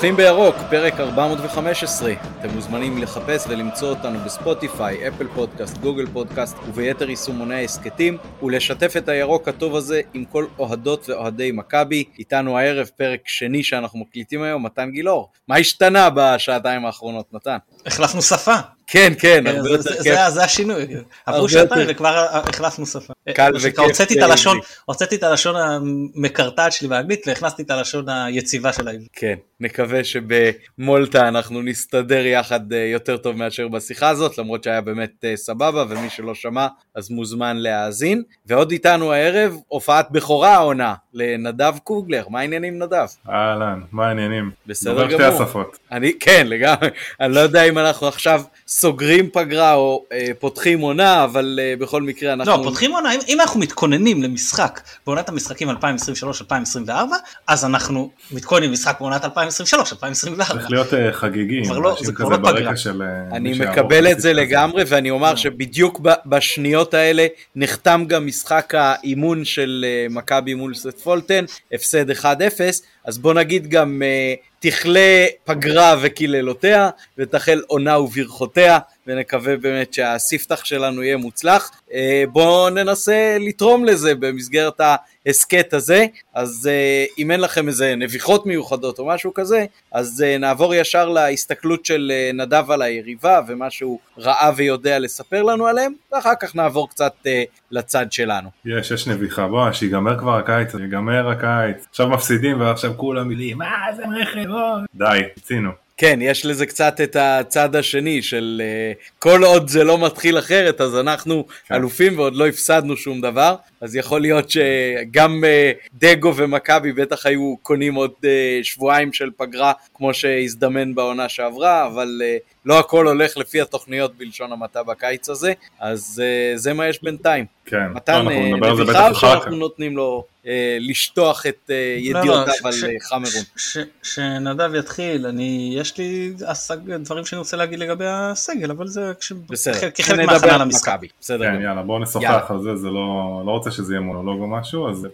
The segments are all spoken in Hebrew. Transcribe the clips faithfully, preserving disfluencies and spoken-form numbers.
צופים בירוק, פרק ארבע מאות וחמש עשרה. אתם מוזמנים לחפש ולמצוא אותנו בספוטיפיי, אפל פודקאסט, גוגל פודקאסט וביתר יישומוני העסקתים, ולשתף את הירוק הטוב הזה עם כל אוהדות ואוהדי מכבי. איתנו הערב פרק שני שאנחנו מקליטים היום, מתן גילאור. מה השתנה בשעתיים האחרונות, מתן? החלפנו שפה. כן, כן, הרבה יותר כיף. זה השינוי. עברו שעתיים וכבר החלפנו שפה. קל וכיף. הוצאתי את הלשון המקרטעת שלי באנגלית והכנסתי את הלשון היציבה של העברית. כן, נקווה שבמולטה אנחנו נסתדר יחד יותר טוב מאשר בשיחה הזאת, למרות שהיה באמת סבבה, ומי שלא שמע אז מוזמן להאזין. ועוד איתנו הערב הופעת בכורה העונה לנדב קוגלר. מה העניינים, נדב? אהלן, מה העניינים? בסדר גמור. שתי השפות. אני, כן, לגמרי. אני לא יודע אם אנחנו עכשיו סוגרים פגרה או אה, פותחים עונה, אבל אה, בכל מקרה אנחנו... לא, פותחים עונה, אם, אם אנחנו מתכוננים למשחק בעונת המשחקים אלפיים עשרים ושלוש אלפיים עשרים וארבע, אז אנחנו מתכוננים למשחק בעונת אלפיים עשרים ושלוש אלפיים עשרים וארבע. צריך להיות uh, חגיגים, לא, זה כבר לא פגרה. של, uh, אני מקבל את זה לגמרי, ואני אומר שבדיוק בשניות האלה נחתם גם משחק האימון של uh, מכבי מול סטפולטן, הפסד אחד אפס, אז בוא נגיד גם... Uh, תכלה פגרה וקיללותיה, ותחל עונה וברכותיה, ונקווה באמת שהספתח שלנו יהיה מוצלח. בואו ננסה לתרום לזה במסגרת ההסקט הזה, אז אם אין לכם איזה נביחות מיוחדות או משהו כזה, אז נעבור ישר להסתכלות של נדב על היריבה, ומה שהוא ראה ויודע לספר לנו עליהם, ואחר כך נעבור קצת לצד שלנו. יש, יש נביחה, בוא, שיגמר כבר הקיץ, שיגמר הקיץ, עכשיו מפסידים ועכשיו כולם מילים, מה זה רכב, די, הצינו. כן, יש לזה קצת את הצד השני של uh, כל עוד זה לא מתחיל אחרת, אז אנחנו כן. אלופים ועוד לא הפסדנו שום דבר, אז יכול להיות שגם uh, דגו ומכבי בטח היו קונים עוד uh, שבועיים של פגרה, כמו שהזדמן בעונה שעברה, אבל uh, לא הכל הולך לפי התוכניות בלשון המעטה בקיץ הזה, אז uh, זה מה יש בינתיים. כן, מתן, נביכה או שאנחנו נותנים לו uh, לשטוח את uh, ידיעותיו על uh, חמרון? שנדב יתחיל, אני, יש לי דברים שאני רוצה להגיד לגבי הסגל, אבל זה כחלק מהכנה למשחק. כן, יאללה, בואו נשוחח על זה, זה לא רוצה שזה יהיה מונולוג או משהו, אז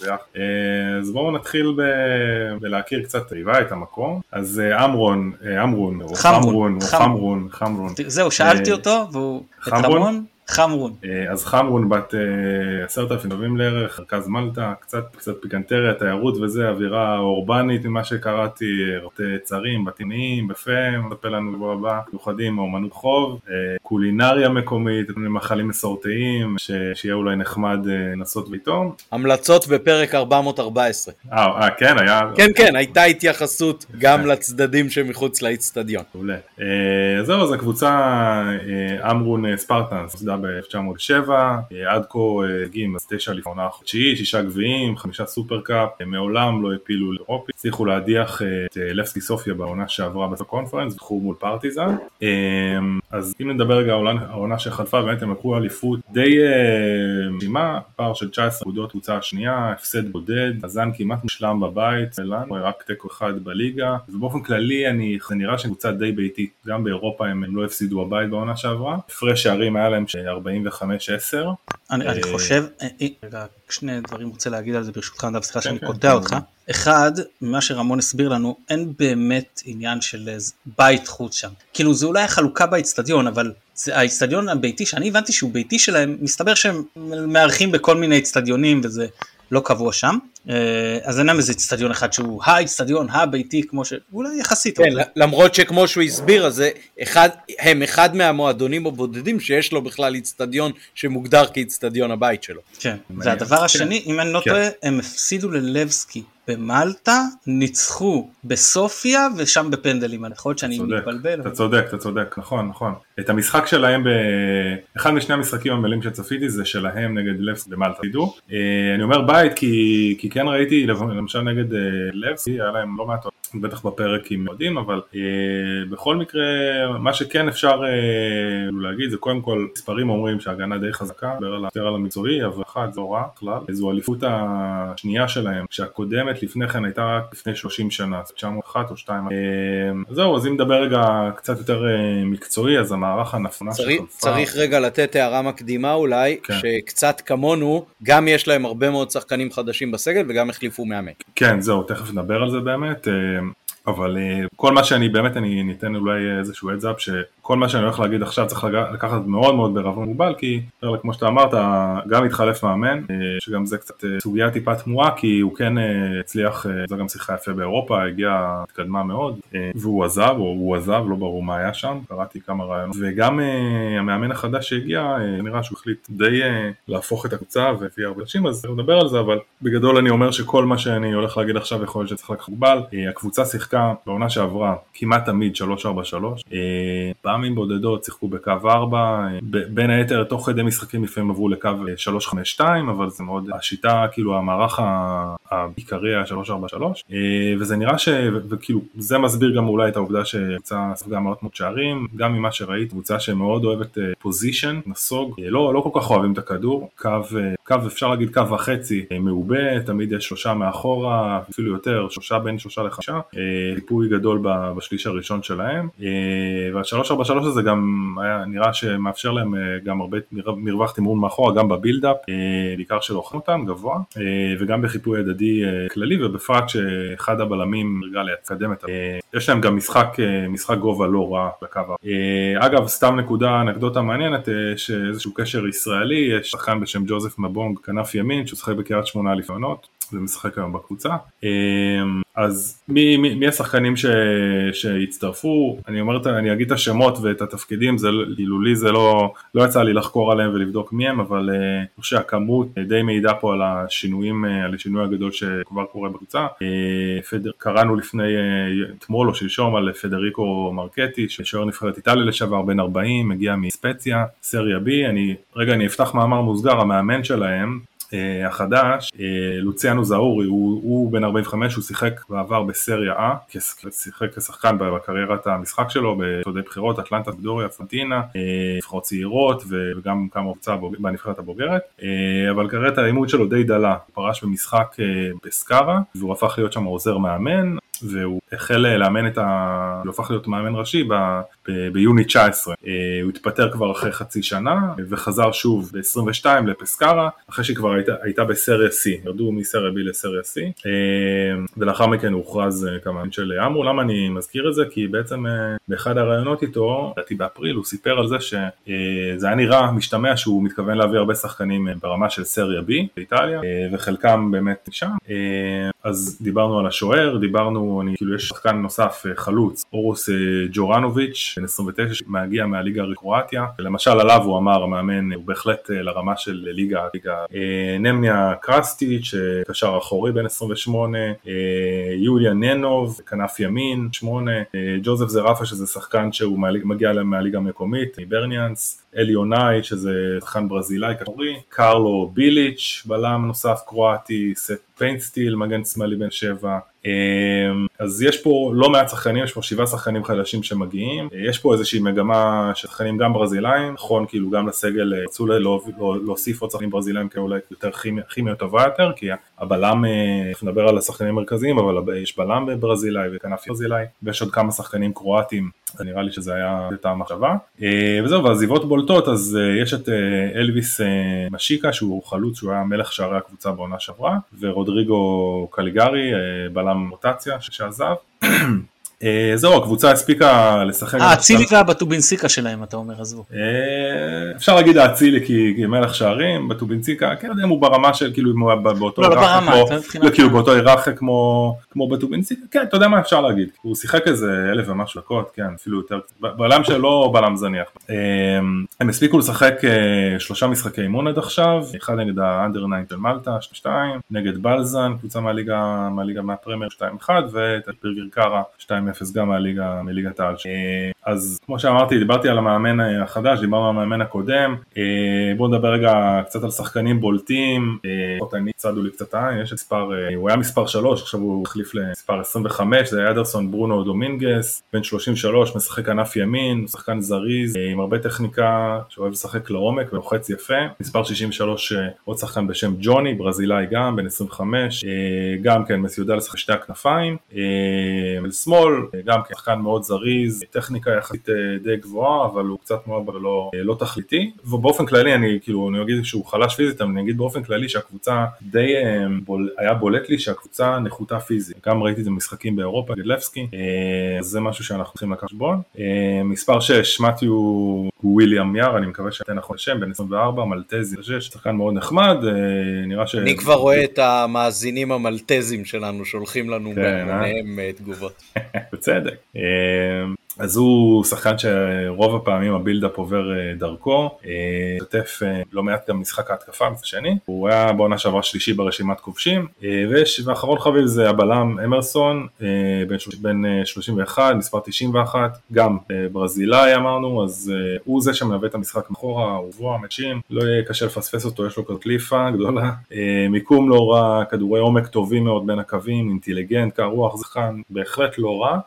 אז בואו נתחיל בלהכיר קצת ריבה את המקום. אז אמרון, אמרון, חמרון, חמרון, חמרון. זהו, שאלתי אותו, והוא את רמון. חמרון. אז חמרון בת עשרת אלפים טובים לערך, מרכז מלטה, קצת קצת פיקנטריה, תיירות וזה, אווירה אורבנית ממה שקראתי, רותי צרים, בתיניים, בפם, נדפה לנו לבוא הבא, מיוחדים, אומנות חוב, קולינריה מקומית, מאכלים מסורתיים, שיהיה אולי נחמד לנסות ביתו. המלצות בפרק ארבע מאות וארבע עשרה. אה, כן, היה... כן, כן, הייתה התייחסות גם לצדדים שמחוץ לאצטדיון. מעולה. זהו, אז הקבוצה אמרון ספרטנס, ב-אלף תשע מאות שבע, עד כה הגיעים אז תשע לפעונה החודשית, שישה גביעים, חמישה סופר קאפ, מעולם לא הפילו לאירופי, הצליחו להדיח את לבסקי סופיה בעונה שעברה בקונפרנס, זכו מול פרטיזן. אז אם נדבר רגע העונה שחלפה, באמת הם לקחו אליפות די משימה, פער של תשע עשרה נקודות קבוצה השנייה, הפסד בודד, מאזן כמעט מושלם בבית, רק תיקו אחד בליגה, ובאופן כללי אני, זה נראה שקבוצה די ביתית, גם באירופה הם לא הפסידו בבית בעונה שעברה, הפרש שערים היה להם ארבעים וחמש עשר. אני חושב, רגע, שני דברים רוצה להגיד על זה ברשותך, נדב, סליחה שאני קוטע אותך. אחד, ממה שרמון הסביר לנו, אין באמת עניין של בית חוץ שם. כאילו זה אולי החלוקה באצטדיון, אבל האצטדיון הביתי, שאני הבנתי שהוא ביתי שלהם, מסתבר שהם מארחים בכל מיני אצטדיונים וזה לא קבוע שם. אז אין להם איזה אצטדיון אחד שהוא האצטדיון הביתי, כמו שאולי יחסית. כן, למרות שכמו שהוא הסביר, אז הם אחד מהמועדונים הבודדים שיש לו בכלל אצטדיון שמוגדר כאצטדיון הבית שלו. כן, והדבר השני, אם אני לא טועה, הם הפסידו ללבסקי במלטה, ניצחו בסופיה ושם בפנדלים. אני יכול להיות שאני מתבלבל. אתה צודק, אתה צודק, נכון, נכון. את המשחק שלהם, אחד משני המשחקים המלאים שצפיתי זה שלהם נגד לבסקי במלטה. אני אומר בית כי כן ראיתי, למשל נגד לבסקי, היה להם לא מעט, בטח בפרק עם מועדים, אבל בכל מקרה, מה שכן אפשר להגיד, זה קודם כל, מספרים אומרים שההגנה די חזקה, יותר על המקצועי, אבל אחד זו רע, כלל, זו אליפות השנייה שלהם, שהקודמת לפני כן הייתה רק לפני שלושים שנה, תשע מאות ואחת או שתיים. זהו, אז אם נדבר רגע קצת יותר מקצועי, אז המערך הנפונה שחלפה. צריך רגע לתת הערה מקדימה אולי, שקצת כמונו, גם יש להם הרבה מאוד שחקנים חדשים בסגל, וגם החליפו מאמן. כן, זהו, תכף נדבר על זה באמת. אבל כל מה שאני באמת, אני ניתן אולי איזשהו heads up, שכל מה שאני הולך להגיד עכשיו צריך לקחת מאוד מאוד בערבון מוגבל, כי כמו שאתה אמרת, גם התחלף מאמן, שגם זה קצת סוגיה טיפה תמוהה, כי הוא כן הצליח, זה גם שיחה יפה באירופה, הגיעה, התקדמה מאוד, והוא עזב, או הוא עזב, לא ברור מה היה שם, קראתי כמה רעיונות, וגם המאמן החדש שהגיע, נראה שהוא החליט די להפוך את הקבוצה, והביא הרבה אנשים, אז נדבר על זה, אבל בגדול אני אומר שכל מה שאני הולך להגיד עכשיו יכול להיות שצריך לקחת מוגבל. הקבוצה שיחקה בעונה שעברה כמעט תמיד שלוש ארבע שלוש, פעמים בודדות שיחקו בקו ארבע, בין היתר תוך כדי משחקים לפעמים עברו לקו שלוש חמש שתיים, אבל זה מאוד, השיטה, כאילו המערך העיקרי היה שלוש ארבע שלוש, וזה נראה ש, וכאילו זה מסביר גם אולי את העובדה שקבוצה ספגה מאוד מאוד שערים, גם ממה שראית, קבוצה שמאוד אוהבת פוזישן, נסוג, לא, לא כל כך אוהבים את הכדור, קו, קו אפשר להגיד קו וחצי מעובה, תמיד יש שלושה מאחורה, אפילו יותר, שלושה בין שלושה לחמישה, טיפוי גדול בשליש הראשון שלהם, והשלוש ארבע שלוש הזה גם היה, נראה שמאפשר להם גם הרבה מרווח תמרון מאחורה, גם בבילדאפ, בעיקר שלוחם אותם גבוה, וגם בחיפוי הדדי כללי, ובפרט שאחד הבלמים נרגע להתקדם את ה... יש להם גם משחק, משחק גובה לא רע בקו. אגב, סתם נקודה, אנקדוטה מעניינת, יש איזשהו קשר ישראלי, יש שחקן בשם ג'וזף מבונג, כנף ימין, שהוא שחק בקריית שמונה לפעונות, ומשחק היום בקבוצה. אז מי, מי, מי השחקנים ש, שהצטרפו? אני אומרת, אני אגיד את השמות ואת התפקידים, זה, כאילו לי זה לא, לא יצא לי לחקור עליהם ולבדוק מי הם, אבל אני חושב שהכמות די מעידה פה על השינויים, על השינוי הגדול שכבר קורה בקבוצה. פדר, קראנו לפני, אתמול או שלשום על פדריקו מרקטי, ששוער נבחרת איטליה לשעבר, בן ארבעים, מגיע מספציה, סריה בי, אני, רגע אני אפתח מאמר מוסגר, המאמן שלהם, החדש, לוציאנו זאורי, הוא, הוא בן ארבעים וחמש, הוא שיחק בעבר בסריה A, שיחק כשחקן בקריירת המשחק שלו, בתעודי בחירות, אטלנטה, דוריה, פנטינה, נבחרות צעירות, וגם כמה קבוצה בנבחרת הבוגרת, אבל קריירת האימון שלו די דלה, הוא פרש במשחק בסקארה, והוא הפך להיות שם עוזר מאמן, והוא החל לאמן את ה... הוא הפך להיות מאמן ראשי ב... ב... ביוני תשע עשרה. הוא התפטר כבר אחרי חצי שנה, וחזר שוב ב-עשרים ושתיים לפסקרה, אחרי שהיא כבר הייתה, הייתה בסריה C, ירדו מסריה B לסריה C, ולאחר מכן הוא הוכרז כמאמן של אמרו. למה אני מזכיר את זה? כי בעצם באחד הרעיונות איתו, לדעתי באפריל, הוא סיפר על זה שזה היה נראה משתמע שהוא מתכוון להביא הרבה שחקנים ברמה של סריה B באיטליה, וחלקם באמת שם. אז דיברנו על השוער, דיברנו, אני, כאילו יש שחקן נוסף, חלוץ, אורוס ג'ורנוביץ', בן עשרים ותשע, מגיע מהליגה הקרואטיה, למשל עליו הוא אמר, המאמן הוא בהחלט לרמה של ליגה, ליגה נמניה קרסטיץ', קשר אחורי בן עשרים ושמונה, יוליה ננוב, כנף ימין, שמונה, ג'וזף זרפה שזה שחקן שהוא מגיע מהליגה המקומית, ברניאנס, אליונאי שזה שחקן ברזילאי קטורי, קרלו ביליץ' בלם נוסף קרואטי, סט פיינסטיל, מגן שמאלי בן שבע, אז יש פה לא מעט שחקנים, יש פה שבעה שחקנים חדשים שמגיעים, יש פה איזושהי מגמה של שחקנים גם ברזילאים, נכון כאילו גם לסגל רצו להוסיף עוד שחקנים ברזילאים כאולי יותר כימיה טובה יותר, כי הבלם, נדבר על השחקנים המרכזיים, אבל יש בלם ברזילאי וכנף ברזילאי, ויש עוד כמה שחקנים קרואטים, נראה לי שזה היה את המחשבה, וזהו, והזיבות בולטות, אז יש את אלוויס משיקה, שהוא חלוץ, שהוא היה מלך שערי הקבוצה בעונה שעברה, ורודריגו קליגרי, בלם רוטציה שעזב. זהו, הקבוצה הספיקה לשחק. האצילי והבטובינסיקה שלהם, אתה אומר, עזבו. אפשר להגיד האצילי כי מלך שערים, בטובינסיקה, כן, יודע אם הוא ברמה של כאילו באותו באותו היררכיה כמו בטובינסיקה, כן, אתה יודע מה אפשר להגיד, הוא שיחק איזה אלף ומשהו דקות, כן, אפילו יותר, בעולם שלו בלם זניח. הם הספיקו לשחק שלושה משחקי אימון עד עכשיו, אחד נגד האנדר תשע של מלטה, שתיים, נגד בלזן, קבוצה מהליגה מהפרמייר שתיים אחד, ואת פירגר קארה שתיים אפס גם מהליגה, מליגת העל. אז כמו שאמרתי, דיברתי על המאמן החדש, דיברנו על המאמן הקודם, בואו נדבר רגע קצת על שחקנים בולטים, אני צדו לי קצת עין, יש את מספר, הוא היה מספר שלוש, עכשיו הוא החליף למספר עשרים וחמש, זה היה אדרסון ברונו דומינגס, בן שלושים ושלוש, משחק ענף ימין, שחקן זריז, עם הרבה טכניקה, שאוהב לשחק לעומק ולוחץ יפה, מספר שישים ושלוש, עוד שחקן בשם ג'וני, ברזילאי גם, בן עשרים וחמש, גם כן מסיודע לשחק שתי הכנפיים, שמאל, גם כן שחקן מאוד זריז, טכניקה יחסית די גבוהה, אבל הוא קצת מאוד לא, לא תכליתי, ובאופן כללי אני כאילו, אני אגיד שהוא חלש פיזית, אבל אני אגיד באופן כללי שהקבוצה די בול, היה בולט לי שהקבוצה נחותה פיזית, גם ראיתי את זה במשחקים באירופה, גדלבסקי, אז זה משהו שאנחנו צריכים לקחת בחשבון. מספר שש, מתיו וויליאם יאר, אני מקווה שאתה נכון השם, בן עשרים וארבע, מלטזי, שחקן מאוד נחמד, נראה ש... אני כבר רואה את המאזינים המלטזים שלנו, שהולכים לנו ביניהם תגובות. בצדק. אז הוא שחקן שרוב הפעמים הבילדאפ עובר דרכו, שתף לא מעט גם משחק ההתקפה מצד שני, הוא היה בעונה שעברה שלישי ברשימת כובשים, ויש, ואחרון חביב זה הבלם אמרסון, בין שלושים ואחת, מספר תשעים ואחת, גם ברזילאי אמרנו, אז הוא זה שמלווה את המשחק מאחורה, הוא גבוה, מצ'ים, לא יהיה קשה לפספס אותו, יש לו קליפה גדולה, מיקום לא רע, כדורי עומק טובים מאוד בין הקווים, אינטליגנט, קרוח, זכן, בהחלט לא רע,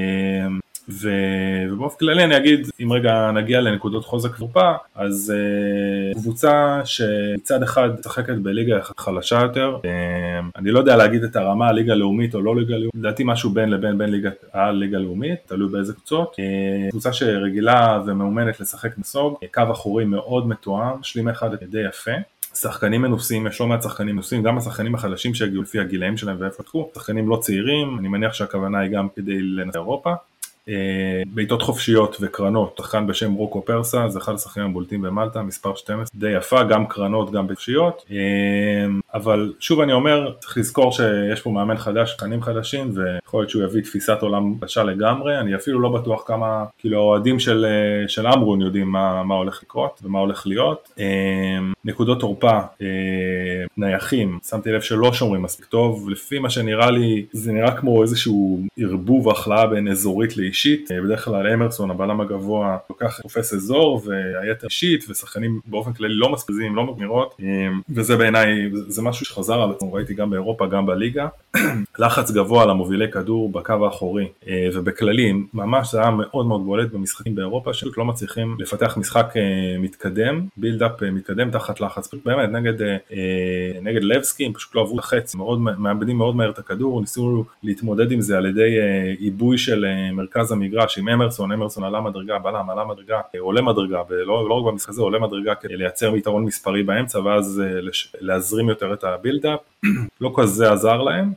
ובאופן כללי אני אגיד, אם רגע נגיע לנקודות חוזק קבופה, אז uh, קבוצה שמצד אחד תשחקת בליגה חלשה יותר, uh, אני לא יודע להגיד את הרמה ליגה לאומית או לא ליגה לאומית, לדעתי משהו בין לבין בין ליגה על ליגה לאומית, תלוי באיזה קבוצות, uh, קבוצה שרגילה ומאומנת לשחק נסוג, קו אחורי מאוד מתואם, שלים אחד די יפה, שחקנים מנוסים, יש לא מעט שחקנים מנוסים, גם השחקנים החלשים שהגיעו לפי הגילאים שלהם ואיפה תקו, שחקנים לא צעירים, אני מניח שהכוונה היא גם כדי לנצח אירופה, בעיטות חופשיות וקרנות, שחקן בשם רוקו פרסה, זה אחד השחקנים הבולטים במלטה, מספר שתים עשרה, די יפה, גם קרנות, גם בחופשיות, אבל שוב אני אומר, צריך לזכור שיש פה מאמן חדש, שחקנים חדשים, ויכול להיות שהוא יביא תפיסת עולם חדשה לגמרי, אני אפילו לא בטוח כמה, כאילו האוהדים של, של אמרון יודעים מה, מה הולך לקרות, ומה הולך להיות. נקודות תורפה, נייחים, שמתי לב שלא שומרים מספיק טוב, לפי מה שנראה לי, זה נראה כמו איזשהו ערבוב החלאה בין אזורית לאישית, בדרך כלל אמרסון, הבלם הגבוה, לוקח תופס אזור, והיתר אישית, ושחקנים באופן כללי לא מספזים, לא מגמירות, וזה בעיניי, זה משהו שחזר על עצמו, ראיתי גם באירופה, גם בליגה, לחץ גבוה למובילי כדור בקו האחורי, ובכללים, ממש זה היה מאוד מאוד בולט במשחקים באירופה, שפשוט לא מצליחים לפתח משחק מתקדם, בילדאפ מתקדם תחת לחץ, באמת נגד, נגד לבסקי, הם פשוט לא עברו לחץ, מאוד, מאבדים מאוד מהר את הכדור, ניסו להתמודד עם זה על ידי עיבוי של מרכז המגרש, עם אמרסון, אמרסון עלה מדרגה, בלם, עלה מדרגה, עולה מדרגה, ולא, לא רק במשחק הזה, עולה מדרגה כדי לייצר יתרון מספרי באמצע, ואז להזרים יותר את הבילדאפ, לא כזה עזר להם,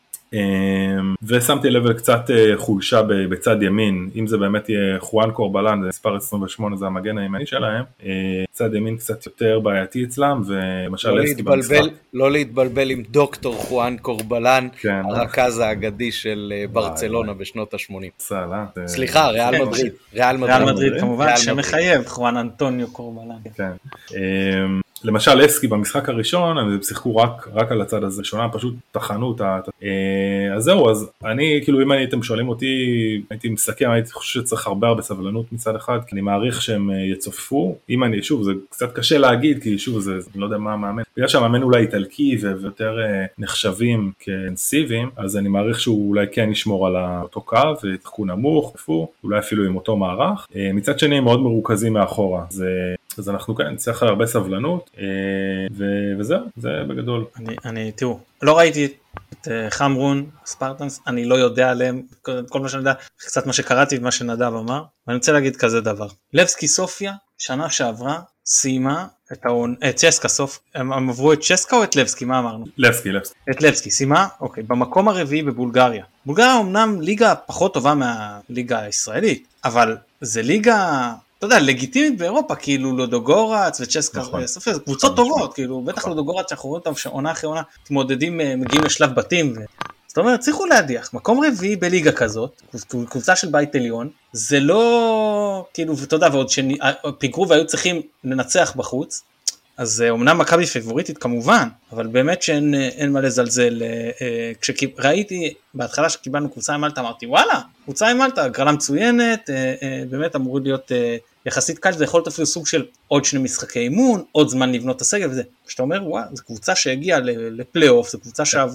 ושמתי לב קצת חולשה בצד ימין, אם זה באמת יהיה חואן קורבלן, זה מספר עשרים ושמונה, זה המגן הימני שלהם, צד ימין קצת יותר בעייתי אצלם, ולמשל לסקי במשחק. לא להתבלבל עם דוקטור חואן קורבלן, הרכז האגדי של ברצלונה בשנות ה-שמונים. סליחה, ריאל מדריד. ריאל מדריד כמובן, שמחייב חואן אנטוניו קורבלן. כן. למשל לסקי במשחק הראשון, הם שיחקו רק, רק על הצד הזה, שונה פשוט תחנו את ה... אז זהו, אז אני, כאילו אם הייתם שואלים אותי, הייתי מסכם, הייתי חושב שצריך הרבה הרבה סבלנות מצד אחד, כי אני מעריך שהם יצופפו, אם אני, שוב, זה קצת קשה להגיד, כי שוב, זה, אני לא יודע מה המאמן, בגלל שהמאמן אולי איטלקי ויותר נחשבים כאינסיביים, אז אני מעריך שהוא אולי כן ישמור על אותו קו, ותחקו נמוך, אולי אפילו עם אותו מערך, מצד שני הם מאוד מרוכזים מאחורה, זה... אז אנחנו כאן צריך הרבה סבלנות, וזהו, זה בגדול. אני, אני, תראו, לא ראיתי את חמרון, ספרטנס, אני לא יודע עליהם, כל מה שאני יודע, קצת מה שקראתי ומה שנדב אמר, ואני רוצה להגיד כזה דבר. לבסקי סופיה, שנה שעברה, סיימה את העון, את צ'סקה סוף, הם עברו את צ'סקה או את לבסקי, מה אמרנו? לבסקי, לבסקי. את לבסקי, סיימה, אוקיי, במקום הרביעי בבולגריה. בולגריה אומנם ליגה פחות טובה מהליגה הישראלית, אבל זה ליגה... אתה יודע, לגיטימית באירופה, כאילו לודוגורץ וצ'סקה, סופיה, זה קבוצות טובות, כאילו, בטח לודוגורץ שאנחנו רואים אותם שעונה אחרי עונה, מתמודדים, מגיעים לשלב בתים, זאת אומרת, צריכו להדיח, מקום רביעי בליגה כזאת, קבוצה של בית עליון, זה לא, כאילו, ואתה יודע, ועוד שפיגרו והיו צריכים לנצח בחוץ, אז אמנם מכבי פייבוריטית כמובן, אבל באמת שאין מה לזלזל, כשראיתי בהתחלה שקיבלנו קבוצה עם מלטה, אמרתי וואלה, קבוצה עם מלטה, הגרלה מצוינת, באמת אמור להיות יחסית קל, זה יכול להיות אפילו סוג של עוד שני משחקי אימון, עוד זמן לבנות את הסגל וזה, שאתה אומר וואלה, זו קבוצה שהגיעה לפלייאוף, זו קבוצה שעברה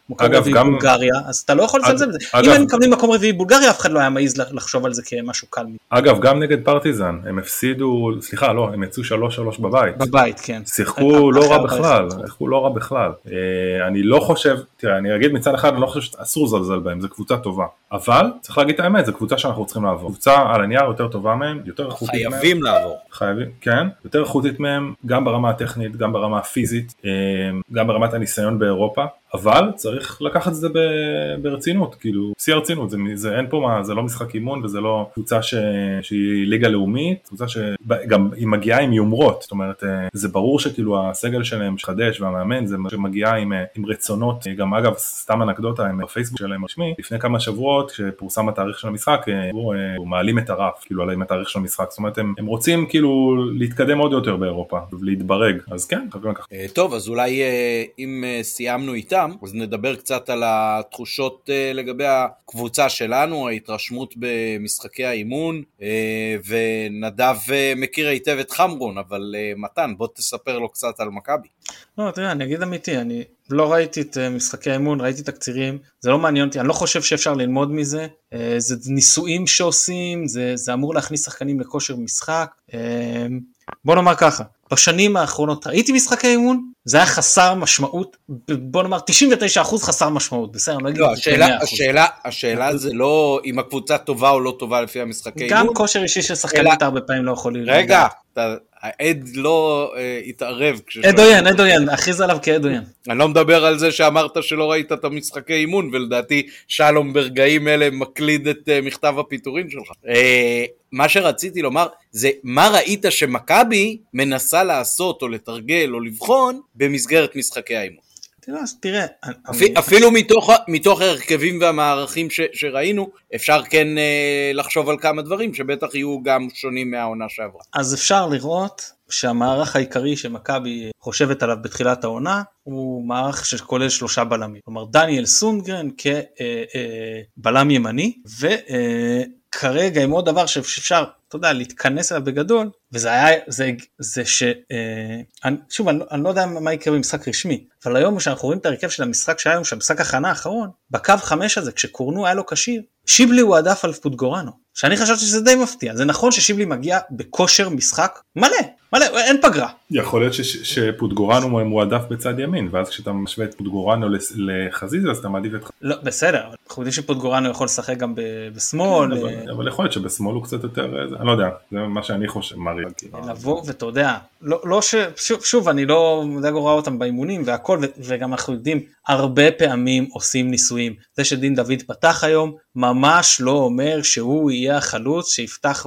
מקום רביעי גם... בולגריה, אז אתה לא יכול לצלזל בזה. אם הם מקבלים מקום רביעי בולגריה, אף אחד לא היה מעיז לחשוב על זה כמשהו קל. אגב, גם נגד פרטיזן, הם הפסידו, סליחה, לא, הם יצאו שלוש שלוש בבית. בבית, כן. שיחקו לא רע בכלל, שיחקו לא רע בכלל. אני לא חושב, תראה, אני אגיד מצד אחד, אני לא חושב שאסור לזלזל בהם, זו קבוצה טובה. אבל, צריך להגיד את האמת, זו קבוצה שאנחנו צריכים לעבור. קבוצה על הנייר יותר טובה מהם, יותר איכותית מהם. חייבים לעבור. חייבים, כן, יותר איכותית מהם, גם ברמה הטכנית, גם ברמה הפיזית, גם ברמת הניסיון באירופה. אבל צריך לקחת את זה ברצינות, כאילו, שיא הרצינות, זה, זה אין פה מה, זה לא משחק אימון, וזה לא קבוצה ש, שהיא ליגה לאומית, קבוצה שגם היא מגיעה עם יומרות, זאת אומרת, זה ברור שכאילו הסגל שלהם שחדש והמאמן, זה שמגיעה עם, עם רצונות, גם אגב, סתם אנקדוטה, עם הפייסבוק שלהם רשמי, לפני כמה שבועות, כשפורסם התאריך של המשחק, הוא, הוא מעלים את הרף, כאילו, עליהם התאריך של המשחק, זאת אומרת, הם, הם רוצים כאילו להתקדם עוד יותר באירופה, ולהתברג, אז כן, חייבים לקחת. טוב, אז אולי אם סיימנו איתם, אז נדבר קצת על התחושות לגבי הקבוצה שלנו, ההתרשמות במשחקי האימון, ונדב מכיר היטב את חמרון, אבל מתן, בוא תספר לו קצת על מכבי. לא, תראה, אני אגיד אמיתי, אני לא ראיתי את משחקי האימון, ראיתי תקצירים, זה לא מעניין אותי, אני לא חושב שאפשר ללמוד מזה, זה ניסויים שעושים, זה, זה אמור להכניס שחקנים לכושר משחק, בוא נאמר ככה, בשנים האחרונות ראיתי משחקי אימון, זה היה חסר משמעות, בוא נאמר תשעים ותשעה אחוז חסר משמעות, בסדר, לא, לא השאלה, השאלה, השאלה זה לא אם הקבוצה טובה או לא טובה לפי המשחקי גם אימון. גם כושר אישי של שחקנים אתה הרבה פעמים לא יכול לראות. רגע, אתה, העד לא uh, התערב. עד עוין, עד עוין, אחיז עליו כעד עוין. אני לא מדבר על זה שאמרת שלא ראית את המשחקי אימון, ולדעתי שלום ברגעים אלה מקליד את uh, מכתב הפיטורים שלך. Uh, מה שרציתי לומר, זה מה ראית שמכבי מנסה לעשות או לתרגל או לבחון במסגרת משחקי האימון. תראה, תראה. אפילו מתוך, מתוך הרכבים והמערכים ש, שראינו, אפשר כן אה, לחשוב על כמה דברים שבטח יהיו גם שונים מהעונה שעברה. אז אפשר לראות שהמערך העיקרי שמכבי חושבת עליו בתחילת העונה, הוא מערך שכולל שלושה בלמים. כלומר, דניאל סונגרן כבלם ימני, וכרגע עם עוד דבר שאפשר, אתה יודע, להתכנס אליו בגדול, וזה היה, זה, זה ש, אני, שוב, אני, אני לא יודע מה יקרה במשחק רשמי, אבל היום כשאנחנו רואים את הרכב של המשחק שהיה היום, שהמשחק הכנה האחרון, בקו חמש הזה, כשקורנו היה לו קשיר, שיבלי הוא עדף על פוטגורנו, שאני חשבתי שזה די מפתיע, זה נכון ששיבלי מגיע בכושר משחק מלא, מלא, אין פגרה. יכול להיות שפוטגורנו מועדף בצד ימין, ואז כשאתה משווה את פוטגורנו לחזיזה, אז אתה מעדיף את חזיזה. לא, בסדר, אנחנו יודעים שפוטגורנו יכול לשחק גם בשמאל. אבל יכול להיות שבשמאל הוא קצת יותר, אני לא יודע, זה מה שאני חושב, מרי. לבוא, ואתה יודע, לא ש... שוב, אני לא יודע רואה אותם באימונים והכל, וגם אנחנו יודעים, הרבה פעמים עושים ניסויים. זה שדין דוד פתח היום, ממש לא אומר שהוא יהיה החלוץ שיפתח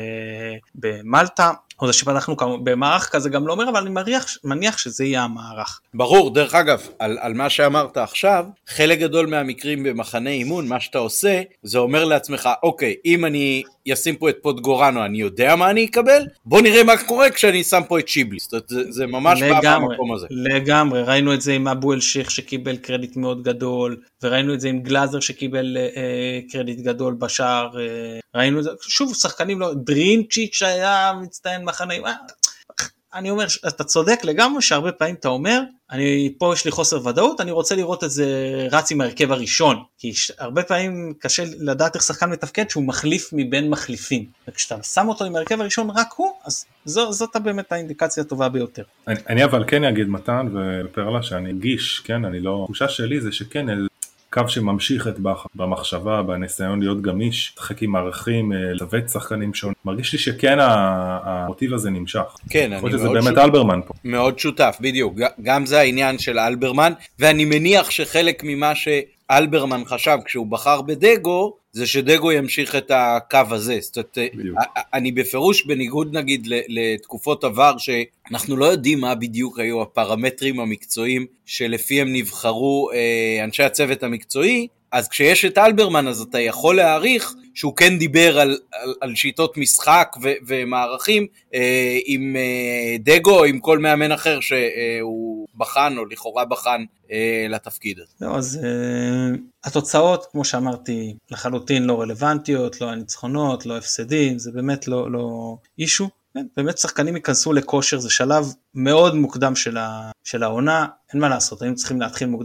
במלטה, או זה שפתחנו במערך כזה גם לא אומר, אבל אני מניח, מניח שזה יהיה המערך. ברור, דרך אגב, על, על מה שאמרת עכשיו, חלק גדול מהמקרים במחנה אימון, מה שאתה עושה, זה אומר לעצמך, אוקיי, אם אני אשים פה את פוטגורנו, אני יודע מה אני אקבל, בוא נראה מה קורה כשאני שם פה את שיבלי, זאת אומרת, זה, זה ממש במקום הזה. לגמרי, ראינו את זה עם אבו אל שייח שקיבל קרדיט מאוד גדול, וראינו את זה עם גלאזר שקיבל אה, קרדיט גדול בשער, אה, ראינו את זה, שוב, שחקנים לא, דרינצ'יץ' שהיה מצטיין מחנה אימון, אני אומר, אתה צודק לגמרי שהרבה פעמים אתה אומר, אני, פה יש לי חוסר ודאות, אני רוצה לראות את זה רץ עם הרכב הראשון, כי הרבה פעמים קשה לדעת איך שחקן מתפקד שהוא מחליף מבין מחליפים, וכשאתה שם אותו עם הרכב הראשון רק הוא, אז זו, זאת באמת האינדיקציה הטובה ביותר. אני, אני אבל כן אגיד מתן ופרלה שאני אגיש, כן, אני לא, התחושה שלי זה שכן, קו שממשיך את במחשבה, בניסיון להיות גמיש, תחק עם מערכים, לצוות שחקנים שונים. מרגיש לי שכן המוטיב הזה נמשך. כן, אני מאוד שותף. זה באמת אלברמן פה. מאוד שותף, בדיוק. גם זה העניין של אלברמן, ואני מניח שחלק ממה שאלברמן חשב כשהוא בחר בדגו, זה שדגו ימשיך את הקו הזה. זאת אומרת, אני בפירוש בניגוד נגיד לתקופות עבר שאנחנו לא יודעים מה בדיוק היו הפרמטרים המקצועיים שלפיהם נבחרו אנשי הצוות המקצועי, אז כשיש את אלברמן אז אתה יכול להעריך שהוא כן דיבר על, על, על שיטות משחק ו, ומערכים אה, עם אה, דגו או עם כל מאמן אחר שהוא בחן או לכאורה בחן אה, לתפקיד הזה. לא, אז אה, התוצאות כמו שאמרתי לחלוטין לא רלוונטיות, לא הניצחונות, לא הפסדים, זה באמת לא, לא אישו. כן, באמת שחקנים ייכנסו לכושר, זה שלב מאוד מוקדם של, ה, של העונה, אין מה לעשות, היינו צריכים להתחיל מוקדם,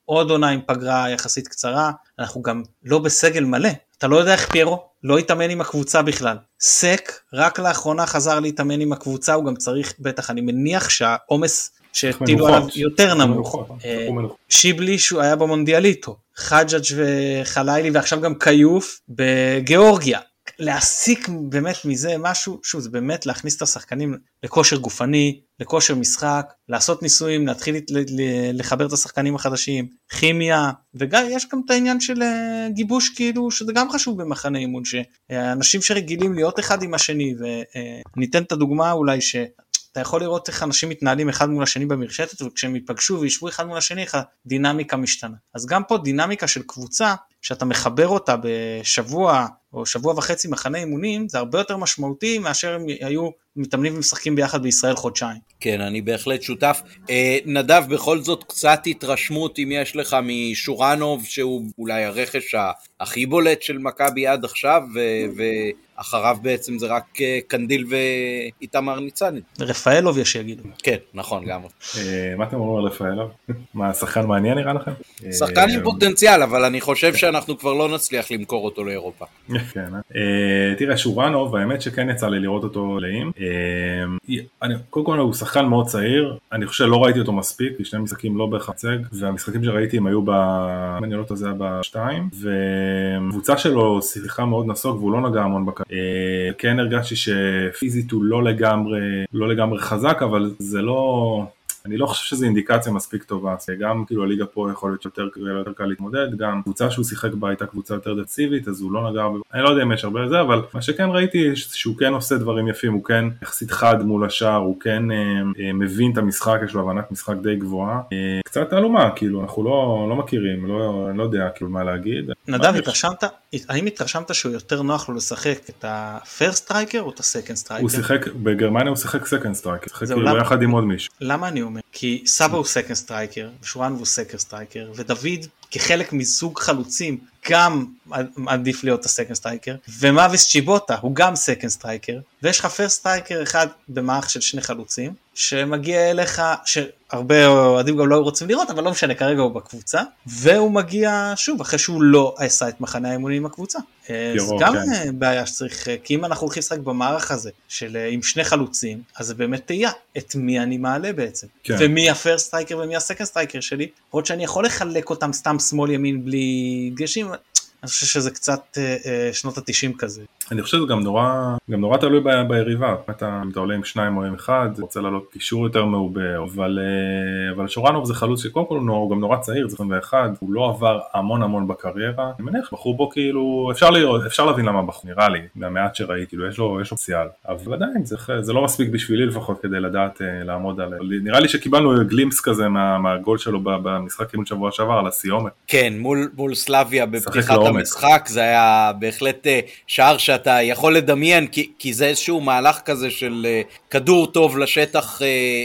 עוד עונה עם פגרה יחסית קצרה, אנחנו גם לא בסגל מלא, אתה לא יודע איך פיירו לא יתאמן עם הקבוצה בכלל, סק רק לאחרונה חזר להתאמן עם הקבוצה, הוא גם צריך, בטח אני מניח שהעומס שתילו עליו יותר נמוך, שיבלי שהוא היה במונדיאליטו, חג'אג' וחלילי ועכשיו גם קיוף בגיאורגיה, להסיק באמת מזה משהו, שוב זה באמת להכניס את השחקנים לכושר גופני, לכושר משחק, לעשות ניסויים, להתחיל לחבר את השחקנים החדשים, כימיה, וגם יש גם את העניין של גיבוש כאילו, שזה גם חשוב במחנה אימון, שאנשים שרגילים להיות אחד עם השני, וניתן את הדוגמה אולי ש... אתה יכול לראות איך אנשים מתנהלים אחד מול השני במרשתת, וכשהם יפגשו וישבו אחד מול השני, איך הדינמיקה משתנה. אז גם פה דינמיקה של קבוצה, שאתה מחבר אותה בשבוע או שבוע וחצי מחנה אימונים, זה הרבה יותר משמעותי מאשר הם היו מתאמנים ומשחקים ביחד בישראל חודשיים. כן, אני בהחלט שותף. נדב, בכל זאת קצת התרשמות אם יש לך משורנוב, שהוא אולי הרכש הכי בולט של מכבי עד עכשיו, ואחריו בעצם זה רק קנדיל ואיתמר ניצני. רפאלוב יש שיגידו. כן, נכון, גם. מה אתם אומרים על רפאלוב? מה, שחקן מעניין נראה לכם? שחקן עם פוטנציאל, אבל אני חושב שאנחנו כבר לא נצליח למכור אותו לאירופה. כן, תראה, שורנוב, האמת שכן יצא לי לראות אותו לאים. קודם כל הוא שחקן מאוד צעיר, אני חושב לא ראיתי אותו מספיק, כי שני משחקים לא בחצג, והמשחקים שראיתי הם היו במניולות הזה בשתיים, וקבוצה שלו שיחה מאוד נסוג, והוא לא נגע המון בקר. כן הרגשתי שפיזית הוא לא לגמרי, לא לגמרי חזק, אבל זה לא... אני לא חושב שזו אינדיקציה מספיק טובה, גם כאילו הליגה פה יכול להיות יותר, יותר קל להתמודד, גם קבוצה שהוא שיחק בה הייתה קבוצה יותר דציבית, אז הוא לא נגע, אני לא יודע אם יש הרבה לזה, אבל מה שכן ראיתי שהוא כן עושה דברים יפים, הוא כן יחסית חד מול השאר, הוא כן אה, מבין את המשחק, יש לו הבנת משחק די גבוהה, אה, קצת תעלומה, כאילו אנחנו לא, לא מכירים, לא, אני לא יודע כאילו מה להגיד. נדב, התרשמת, האם התרשמת שהוא יותר נוח לו לשחק את ה-first striker או את ה-second striker? הוא שיחק, בגרמניה הוא שיחק second striker, שיחק כאילו יחד עם עוד מישהו. למה אני אומר? כי סבא הוא סקנד סטרייקר, ושורן הוא סקנד סטרייקר, ודוד כחלק מזוג חלוצים גם עדיף להיות הסקנד סטרייקר, ומאביס צ'יבוטה הוא גם סקנד סטרייקר, ויש לך פרסט סטרייקר אחד במערך של שני חלוצים, שמגיע אליך, שהרבה אוהדים גם לא רוצים לראות, אבל לא משנה, כרגע הוא בקבוצה, והוא מגיע שוב, אחרי שהוא לא עשה את מחנה האימונים עם הקבוצה. זה גם בעיה שצריך, כי אם אנחנו הולכים לשחק במערך הזה, של עם שני חלוצים, אז זה באמת תהיה, את מי אני מעלה בעצם, ומי הפרסט סטרייקר ומי הסקנד סטרייקר שלי, עוד שאני יכול לחלק אותם סתם שמאל ימין בלי גשים, אני חושב שזה קצת אה, שנות התשעים כזה. אני חושב שזה גם נורא, גם נורא תלוי ב, ביריבה, אתה, אתה עולה עם שניים או עם אחד, רוצה לעלות קישור יותר מעובה, אבל, אבל שורנוב זה חלוץ שקודם כל הוא, הוא גם נורא צעיר, זה עשרים ואחת, הוא לא עבר המון המון בקריירה, אני מניח, בחור בו כאילו, אפשר, לראות, אפשר להבין למה בחור, נראה לי, מהמעט שראיתי, כאילו, יש לו, יש לו פציאל, אבל עדיין, זה, זה לא מספיק בשבילי לפחות כדי לדעת לעמוד עליו. נראה לי שקיבלנו גלימפס כזה מה, מהגול שלו במשחק אימון שבוע שעבר על הסיומת. כן, מול, מול סלאביה בפתיחת המשחק, זה היה בהחלט שער שאתה יכול לדמיין, כי, כי זה איזשהו מהלך כזה של כדור טוב לשטח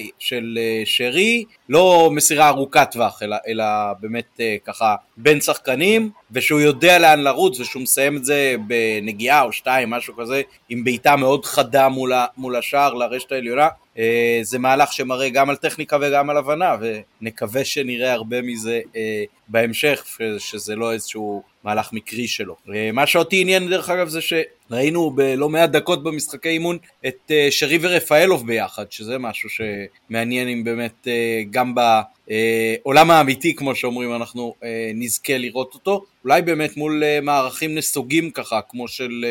של שרי, לא מסירה ארוכת טווח, אלא, אלא באמת ככה בין שחקנים, ושהוא יודע לאן לרוץ, ושהוא מסיים את זה בנגיעה או שתיים, משהו כזה, עם בעיטה מאוד חדה מול, מול השער לרשת העליונה. זה מהלך שמראה גם על טכניקה וגם על הבנה, ונקווה שנראה הרבה מזה בהמשך, שזה לא איזשהו מהלך מקרי שלו. מה שאותי עניין דרך אגב זה שראינו בלא מעט דקות במשחקי אימון את שרי ורפאלוב ביחד, שזה משהו שמעניין אם באמת גם בעולם האמיתי כמו שאומרים אנחנו נזכה לראות אותו, אולי באמת מול מערכים נסוגים ככה כמו של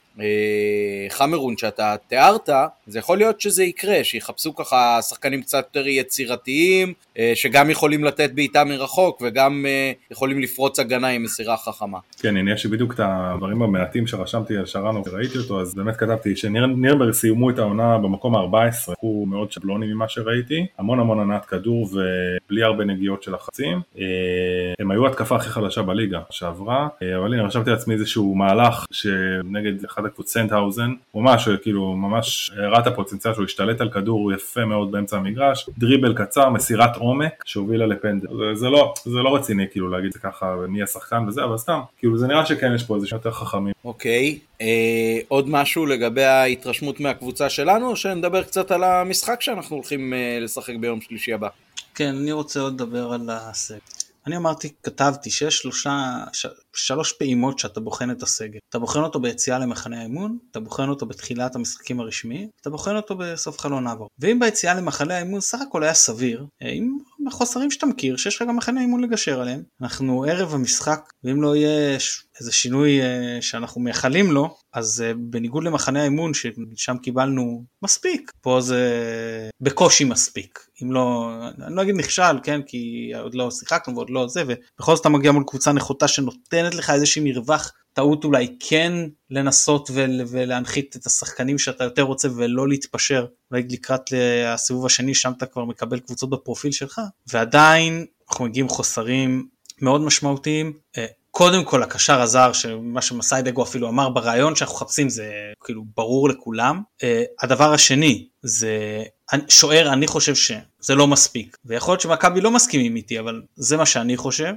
חמרון שאתה תיארת, זה יכול להיות שזה יקרה, שיחפשו ככה שחקנים קצת יותר יצירתיים, שגם יכולים לתת בעיטה מרחוק וגם יכולים לפרוץ הגנה עם מסירה חכמה. כן, אני חושב שבדיוק את הדברים המעטים שרשמתי על שרנו וראיתי אותו, אז באמת כתבתי שנירנברג סיימו את העונה במקום ה-ארבע עשרה, הוא מאוד שבלוני ממה שראיתי, המון המון ענת כדור ובלי הרבה נגיעות של לחצים, הם היו התקפה הכי חלשה בליגה שעברה, אבל הנה רשמתי לעצמי איזשהו מהלך שנגד אחד הקבוצות סנטהאוזן, ממש כאילו ממש הראה את הפוטנציאל שהוא השתלט על כדור, הוא יפה מאוד באמצע המגרש, דריבל קצר, מסירת עומק שהובילה לפנדל, זה, זה לא זה לא רציני כאילו להגיד זה ככה מי השחקן וזה, אבל סתם כאילו זה נראה שכן יש פה איזה יותר חכמים. אוקיי, אה, עוד משהו לגבי ההתרשמות מהקבוצה שלנו, או שנדבר קצת על המשחק שאנחנו הולכים אה, לשחק ביום שלישי הבא? כן, אני רוצה עוד לדבר על הסק. אני אמרתי, כתבתי שיש שלושה, ש... שלוש פעימות שאתה בוחן את הסגל. אתה בוחן אותו ביציאה למחנה האימון, אתה בוחן אותו בתחילת המשחקים הרשמיים, אתה בוחן אותו בסוף חלון העבור. ואם ביציאה למחנה האימון סך הכל היה סביר, עם החוסרים שאתה מכיר, שיש לך גם מחנה האימון לגשר עליהם, אנחנו ערב המשחק, ואם לא יהיה איזה שינוי שאנחנו מייחלים לו, אז בניגוד למחנה האימון ששם קיבלנו מספיק, פה זה בקושי מספיק. אם לא, אני לא אגיד נכשל, כן, כי עוד לא שיחקנו ועוד לא זה, ובכל זאת אתה מגיע מול קבוצה נחותה שנותנת לך איזושהי מרווח, טעות אולי כן לנסות ולהנחית את השחקנים שאתה יותר רוצה ולא להתפשר, אולי לקראת הסיבוב השני, שם אתה כבר מקבל קבוצות בפרופיל שלך, ועדיין אנחנו מגיעים חוסרים מאוד משמעותיים, קודם כל הקשר הזר, שמה שמסיידגו אפילו אמר ברעיון שאנחנו חפשים, זה כאילו ברור לכולם. הדבר השני, זה שוער, אני חושב שזה לא מספיק, ויכול להיות שמכבי לא מסכימים איתי, אבל זה מה שאני חושב.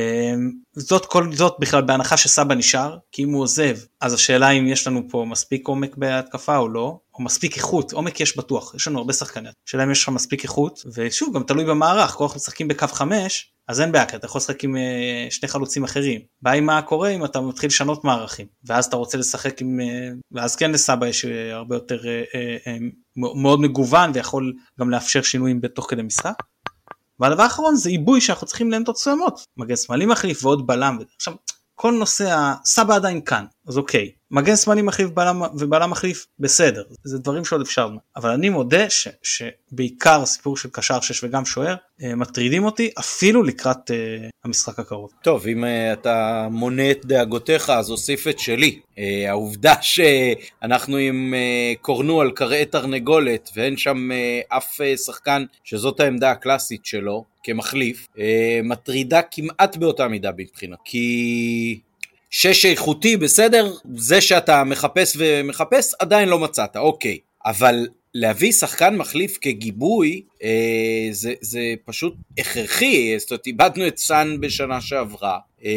זאת, כל זאת בכלל בהנחה שסבא נשאר, כי אם הוא עוזב, אז השאלה אם יש לנו פה מספיק עומק בהתקפה או לא, או מספיק איכות, עומק יש בטוח, יש לנו הרבה שחקנים, השאלה אם יש לך מספיק איכות, ושוב, גם תלוי במערך, כל אנחנו משחקים בקו חמש, אז אין בעיה, אתה יכול לשחק עם שני חלוצים אחרים. בעיה מה קורה אם אתה מתחיל לשנות מערכים, ואז אתה רוצה לשחק עם, ואז כן לסבא יש הרבה יותר מאוד מגוון, ויכול גם לאפשר שינויים בתוך כדי משחק. והדבר האחרון זה עיבוי שאנחנו צריכים לעמדות מסוימות, מגן שמאלי מחליף ועוד בלם. עכשיו, כל נושא, סבא עדיין כאן, אז אוקיי, מגן שמאלי מחליף בלם, ובלם מחליף, בסדר, זה דברים שעוד אפשרנו, אבל אני מודה ש, שבעיקר הסיפור של קשר שש וגם שוער, מטרידים אותי אפילו לקראת uh, המשחק הקרוב. טוב, אם uh, אתה מונה את דאגותיך, אז אוסיף את שלי. Uh, העובדה שאנחנו עם uh, קורנו על קראי תרנגולת, ואין שם uh, אף uh, שחקן שזאת העמדה הקלאסית שלו, כמחליף, uh, מטרידה כמעט באותה מידה מבחינה. כי שש איכותי, בסדר, זה שאתה מחפש ומחפש, עדיין לא מצאת, אוקיי. אבל להביא שחקן מחליף כגיבוי, אה, זה, זה פשוט הכרחי. זאת אומרת, איבדנו את סן בשנה שעברה, אה,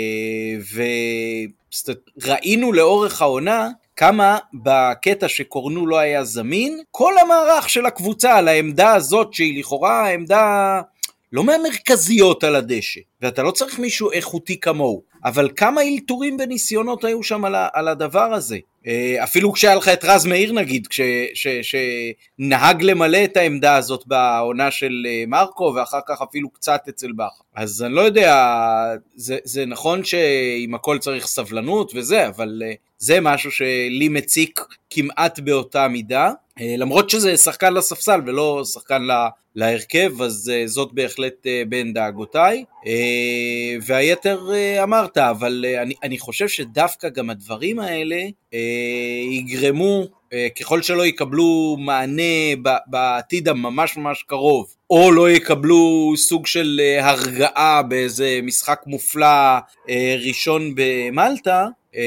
וראינו לאורך העונה, כמה בקטע שקורנו לא היה זמין, כל המערך של הקבוצה על העמדה הזאת, שהיא לכאורה העמדה לא מהמרכזיות על הדשא, ואתה לא צריך מישהו איכותי כמוהו, אבל כמה אילתורים בניסיונות היו שם על, על הדבר הזה. אפילו כשהיה לך את רז מאיר נגיד, כש, ש, שנהג למלא את העמדה הזאת בעונה של מרקו, ואחר כך אפילו קצת אצל בכר. אז אני לא יודע, זה, זה נכון שעם הכל צריך סבלנות וזה, אבל זה משהו שלי מציק כמעט באותה מידה, למרות שזה שחקן לספסל ולא שחקן לה, להרכב, אז זאת בהחלט בין דאגותיי, והיתר אמרת, אבל אני, אני חושב שדווקא גם הדברים האלה יגרמו, ככל שלא יקבלו מענה בעתיד הממש ממש קרוב, או לא יקבלו סוג של הרגעה באיזה משחק מופלא ראשון במלטה,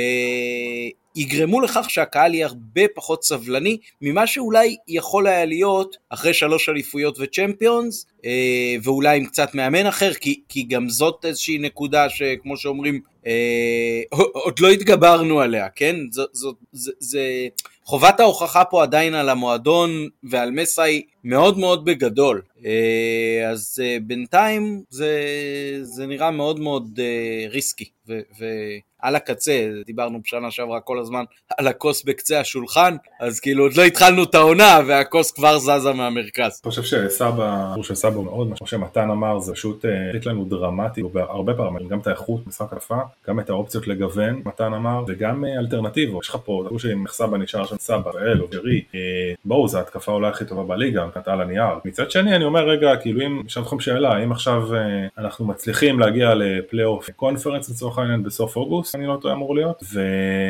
יגרמו לכך שהקהל יהיה הרבה פחות סבלני ממה שאולי יכול היה להיות אחרי שלוש אליפויות וצ'מפיונס, ואולי עם קצת מאמן אחר, כי, כי גם זאת איזושהי נקודה שכמו שאומרים, עוד לא התגברנו עליה, כן? זו, זו, זה, זה, חובת ההוכחה פה עדיין על המועדון ועל מסי מאוד מאוד בגדול, אז בינתיים זה, זה נראה מאוד מאוד ריסקי, ו, ועל הקצה, דיברנו בשנה שעברה כל הזמן על הכוס בקצה השולחן, אז כאילו עוד לא התחלנו את העונה והכוס כבר זזה מהמרכז. אני חושב שסבא, הוא שסבא מאוד, כמו שמתן אמר, זה פשוט החליט לנו דרמטי, הרבה פעמים, גם את האיכות משחק התקפה, גם את האופציות לגוון, מתן אמר, וגם אלטרנטיבו. יש לך פה, תראו שאם סבא נשאר שם סבא, ואל או גרי, בואו, זו התקפה אולי הכי טובה בליגה, נתן על הנייר. מצד שני, אני אומר רגע, כאילו אם, יש לכם שאלה, אם עכשיו אנחנו מצליחים להגיע לפלייאוף קונפרנס לצורך העניין בסוף אוגוסט, אני לא טועה אמור להיות, ו...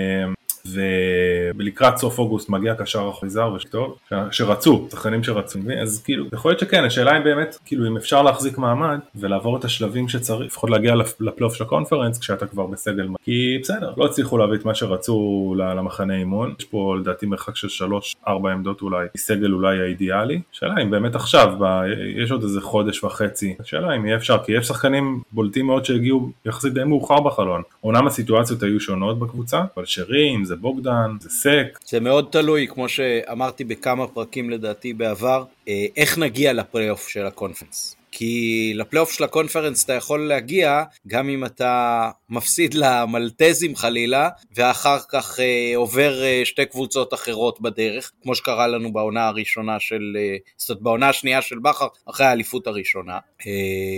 ולקראת סוף אוגוסט מגיע קשר החזר ושטוב, שרצו, שחקנים שרצו, אז כאילו, יכול להיות שכן, השאלה היא באמת, כאילו, אם אפשר להחזיק מעמד, ולעבור את השלבים שצריך, לפחות להגיע לפלייאוף של הקונפרנס, כשאתה כבר בסגל, כי בסדר, לא הצליחו להביא את מה שרצו למחנה אימון, יש פה לדעתי מרחק של שלוש, ארבע עמדות אולי, סגל אולי האידיאלי, השאלה אם באמת עכשיו, יש עוד איזה חודש וחצי, השאלה אם יהיה אפשר, כי יש שחקנים בולטים מאוד שהגיעו יחסית די מאוחר בחלון, אומנם הסיטואציות היו שונות בקבוצה, אבל שרים, זה בוגדן, זה סק. זה מאוד תלוי, כמו שאמרתי בכמה פרקים לדעתי בעבר, איך נגיע לפלייאוף של הקונפרנס. כי לפלייאוף של הקונפרנס אתה יכול להגיע, גם אם אתה מפסיד למלטזים חלילה, ואחר כך אה, עובר אה, שתי קבוצות אחרות בדרך, כמו שקרה לנו בעונה הראשונה של, אה, זאת אומרת, בעונה השנייה של בכר, אחרי האליפות הראשונה, אה,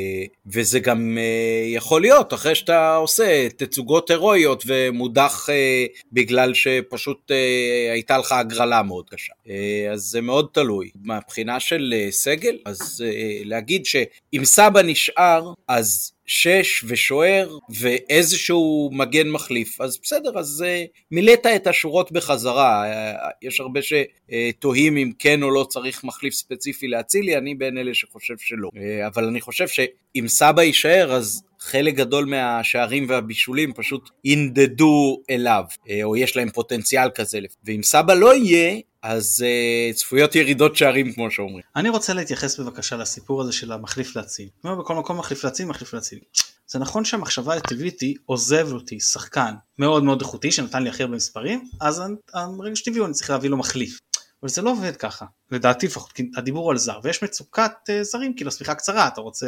וזה גם אה, יכול להיות, אחרי שאתה עושה תצוגות הירואיות, ומודח אה, בגלל שפשוט אה, הייתה לך הגרלה מאוד קשה. אה, אז זה מאוד תלוי. מהבחינה של אה, סגל, אז אה, להגיד שאם סבא נשאר, אז שש ושוער ואיזשהו מגן מחליף, אז בסדר, אז uh, מילאת את השורות בחזרה. uh, יש הרבה שתוהים אם כן או לא צריך מחליף ספציפי להצילי, אני בין אלה שחושב שלא, uh, אבל אני חושב שאם סבא יישאר, אז חלק גדול מהשערים והבישולים פשוט ינדדו אליו, uh, או יש להם פוטנציאל כזה, ואם סבא לא יהיה, אז uh, צפויות ירידות שערים כמו שאומרים. אני רוצה להתייחס בבקשה לסיפור הזה של המחליף להציל. אומר בכל מקום מחליף להציל, מחליף להציל. זה נכון שהמחשבה הטבעית היא, עוזב אותי שחקן מאוד מאוד איכותי, שנתן לי הכי הרבה מספרים, אז הרגע שטבעי אני צריך להביא לו מחליף. אבל זה לא עובד ככה, לדעתי לפחות, כי הדיבור על זר, ויש מצוקת uh, זרים, כאילו ספיחה קצרה, אתה רוצה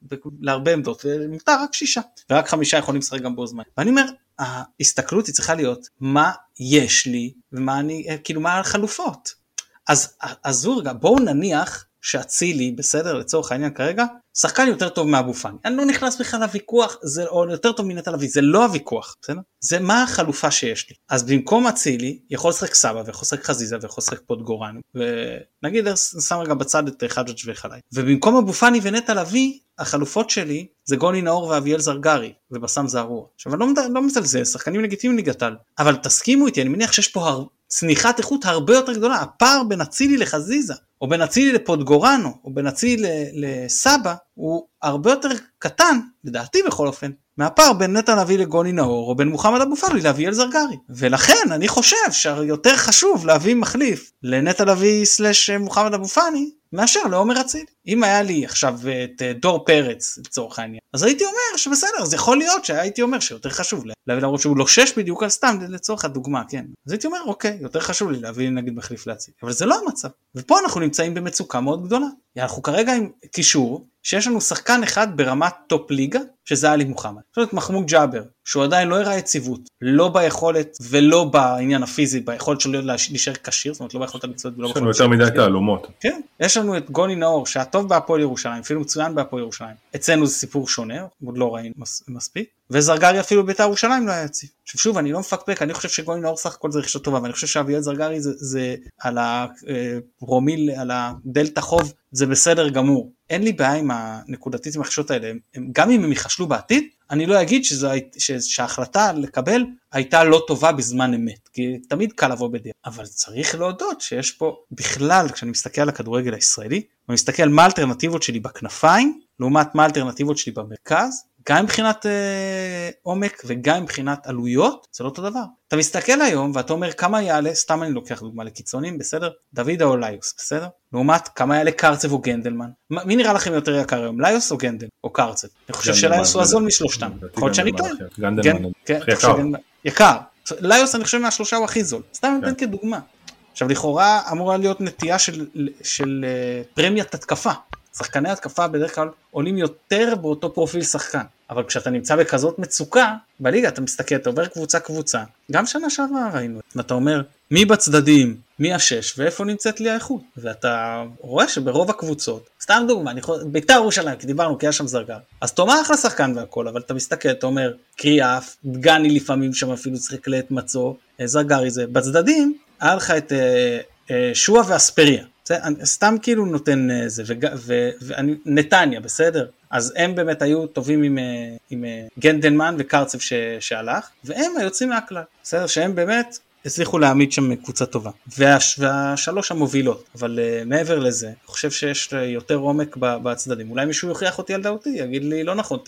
להרבה עמדות, ומותר רק שישה, ורק חמישה יכולים לשחק גם בו זמן. ואני אומר, ההסתכלות היא צריכה להיות, מה יש לי, ומה אני, כאילו מה החלופות. אז, אז רגע, בואו נניח, שאצילי, בסדר, לצורך העניין כרגע, שחקן יותר טוב מאבו פאני. אני לא נכנס בכלל לוויכוח, זה או יותר טוב מנטע לביא, זה לא הוויכוח, בסדר? זה מה החלופה שיש לי. אז במקום אצילי, יכול לשחק סבא, ויכול לשחק חזיזה, ויכול לשחק פוטגורנו, ונגיד, שם רגע בצד את חג'ג' וחלאי. ובמקום אבו פאני ונטע לביא, החלופות שלי, זה גוני נאור ואביאל זרגרי, ובסם זערוע. עכשיו, אני לא, לא מזלזל, שחקנים לגיטימיים ליגת-על, אבל תסכימו איתי, אני מניח שיש פה הר... צניחת איכות הרבה יותר גדולה, הפער בין אצילי לחזיזה, או בין אצילי לפוטגורנו, או בין אצילי לסבא, הוא הרבה יותר קטן, לדעתי בכל אופן, מהפער בין נטע לביא לגוני נאור, או בין מוחמד אבו פאני לאביאל זרגרי. ולכן אני חושב שיותר חשוב להביא מחליף לנטע לביא סלש מוחמד אבו פאני, מאשר לעומר אצילי. אם היה לי עכשיו את דור פרץ לצורך העניין, אז הייתי אומר שבסדר, אז יכול להיות שהייתי אומר שיותר חשוב להביא, למרות שהוא לא שש בדיוק על סתם לצורך הדוגמה, כן. אז הייתי אומר, אוקיי, יותר חשוב לי להביא נגיד מחליף לאצילי, אבל זה לא המצב. ופה אנחנו נמצאים במצוקה מאוד גדולה. אנחנו כרגע עם קישור, שיש לנו שחקן אחד ברמת טופ ליגה, שזה עלי מוחמד. זאת אומרת, מחמוד ג'אבר, שהוא עדיין לא הראה יציבות, לא ביכולת ולא בעניין הפיזי, ביכולת שלו להישאר קשיר, זאת אומרת, לא ביכולת המצוות ולא ביכולת... יש לנו יותר מדי תעלומות. כן, יש לנו את גוני נאור, שהטוב בהפועל ירושלים, אפילו מצוין בהפועל ירושלים. אצלנו זה סיפור שונה, עוד לא ראינו מספיק. וזרגרי אפילו בית"ר ירושלים לא היה יציב. עכשיו שוב, אני לא מפקפק, אני חושב שגוני נאור סך הכל זה רכישה טובה, ואני חושב שאביאל זרגרי זה, זה על הרומיל, על הדלתא חוב, זה בסדר גמור. אין לי בעיה עם הנקודתית עם הרכישות האלה, הם, גם אם הם יחשלו בעתיד, אני לא אגיד שזו, שההחלטה לקבל הייתה לא טובה בזמן אמת, כי תמיד קל לבוא בדרך. אבל צריך להודות שיש פה בכלל, כשאני מסתכל על הכדורגל הישראלי, אני מסתכל על מה האלטרנטיבות שלי בכנפיים, לעומת מה האלטרנטיבות שלי במרכז, גם מבחינת אה, עומק וגם מבחינת עלויות, זה לא אותו דבר. אתה מסתכל היום ואתה אומר כמה יעלה, סתם אני לוקח דוגמה לקיצונים, בסדר? דוד או ליוס, בסדר? לעומת כמה יעלה קרצב או גנדלמן. מי נראה לכם יותר יקר היום, ליוס או גנדל או קרצב? אני חושב שליוס הוא הזול משלושתם. יכול להיות שאני טועה. גנדלמן יקר. ליוס אני חושב מהשלושה הוא הכי זול. סתם נתן כדוגמה. עכשיו לכאורה אמורה להיות נטייה של, של uh, פרמיית התקפה. שחקני התקפה בדרך כלל עולים יותר באותו פרופיל שחקן. אבל כשאתה נמצא בכזאת מצוקה, בליגה אתה מסתכל, אתה עובר קבוצה קבוצה. גם שנה שעברה ראינו. ואתה אומר, מי בצדדים, מי השש, ואיפה נמצאת לי האיכות? ואתה רואה שברוב הקבוצות, סתם דוגמה, בית"ר ירושלים, כי דיברנו, כי היה שם זרגר. אז תאמר אחלה שחקן והכל, אבל אתה מסתכל, אתה אומר, קריאף, דגני לפעמים שם אפילו צריך לעת מצוא, זרגרי זה. בצדדים, היה לך את שואה ואספריה. סתם כאילו נותן זה, ונתניה, בסדר? אז הם באמת היו טובים עם, עם גנדלמן וקרצב ש, שהלך, והם היוצאים מהכלל, בסדר? שהם באמת הצליחו להעמיד שם קבוצה טובה, והש, והשלוש המובילות, אבל uh, מעבר לזה, אני חושב שיש יותר עומק בצדדים, אולי מישהו יוכיח אותי על דעתי, יגיד לי לא נכון, תראה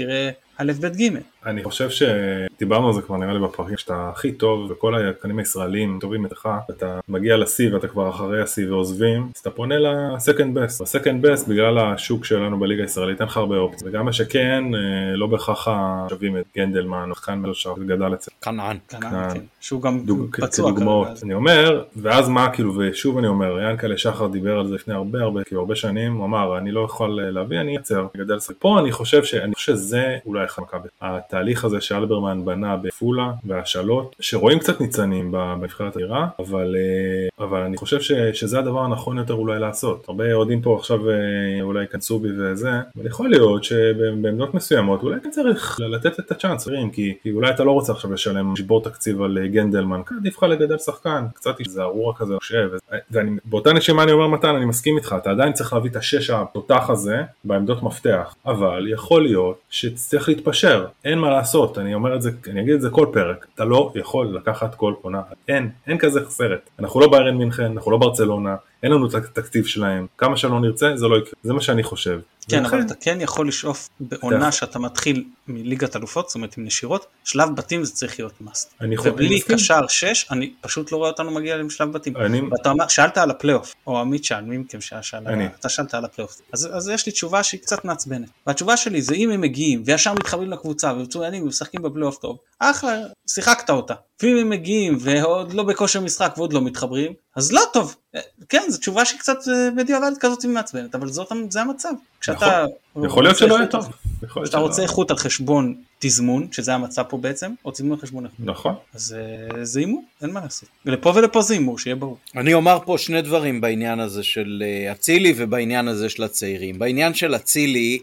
א' ב' ג'. אני חושב שדיברנו על זה כבר נראה לי בפרקים, שאתה הכי טוב וכל הקנים הישראלים טובים איתך, אתה מגיע לשיא ואתה כבר אחרי השיא ועוזבים, אז אתה פונה לסקנד בסט. הסקנד בסט בגלל השוק שלנו בליגה הישראלית אין לך הרבה אופציות, וגם מה שכן לא בהכרח שווים את גנדלמן או כאן מלשב גדל אצל כנען. כנען, כן. שהוא גם פצוע. כדוגמאות. אני אומר, ואז מה כאילו, ושוב אני אומר, ינקלה שחר דיבר על זה לפני הרבה הרבה, כאילו הרבה שנים, הוא אמר, אני לא יכול להביא, אני אצר, גדל סק. פה אני חושב שאני חושב שזה אולי אחד מכבי. התהליך הזה שאלברמן בנה בפולה והשאלות, שרואים קצת ניצנים בנבחרת העירה, אבל, אבל אני חושב ש, שזה הדבר הנכון יותר אולי לעשות. הרבה יודעים פה עכשיו אולי כנסו בי וזה, אבל יכול להיות שבעמדות מסוימות אולי צריך לתת את הצ'אנס, כי, כי אולי אתה לא רוצה עכשיו לשלם שבור תקציב על גנדלמן, עדיף לך לגדל שחקן, קצת זה ארורה כזה חושב, ובאותה נשימה אני אומר מתן, אני מסכים איתך, אתה עדיין צריך להביא את השש התותח הזה בעמדות מפתח, אבל יכול להיות שצריך להתפשר, אין מה לעשות, אני אומר את זה, אני אגיד את זה כל פרק, אתה לא יכול לקחת כל עונה, אין, אין כזה סרט, אנחנו לא ביירן מינכן, אנחנו לא ברצלונה, אין לנו את התקציב שלהם, כמה שלא נרצה, זה לא יקרה, זה מה שאני חושב. כן, אבל אתה כן יכול לשאוף בעונה שאתה מתחיל מליגת אלופות, זאת אומרת עם נשירות, שלב בתים זה צריך להיות מאסט. ובלי קשר שש, אני פשוט לא רואה אותנו מגיע לשלב בתים. ואתה שאלת על הפלייאוף, או עמית שאל, מי מכם שאל, אתה שאלת על הפלייאוף. אז יש לי תשובה שהיא קצת מעצבנת. והתשובה שלי זה אם הם מגיעים, וישר מתחברים לקבוצה, ומצוינים ומשחקים בפלייאוף טוב, אחלה, שיחקת אותה. ואם הם מגיעים, ועוד לא בכושר משחק, ועוד לא מתחברים, אז לא טוב. כן, זו תשובה שהיא קצת בדיעבד כזאת מעצבנת, אבל זה המצב. כשאתה יכול להיות שלא יהיה טוב. כשאתה רוצה איכות על חשבון תזמון, שזה המצב פה בעצם, או תזמון על חשבון איכות. נכון. אז זה אימור, אין מה לעשות. ולפה ולפה זה אימור, שיהיה ברור. אני אומר פה שני דברים בעניין הזה של אצילי, ובעניין הזה של הצעירים. בעניין של אצילי,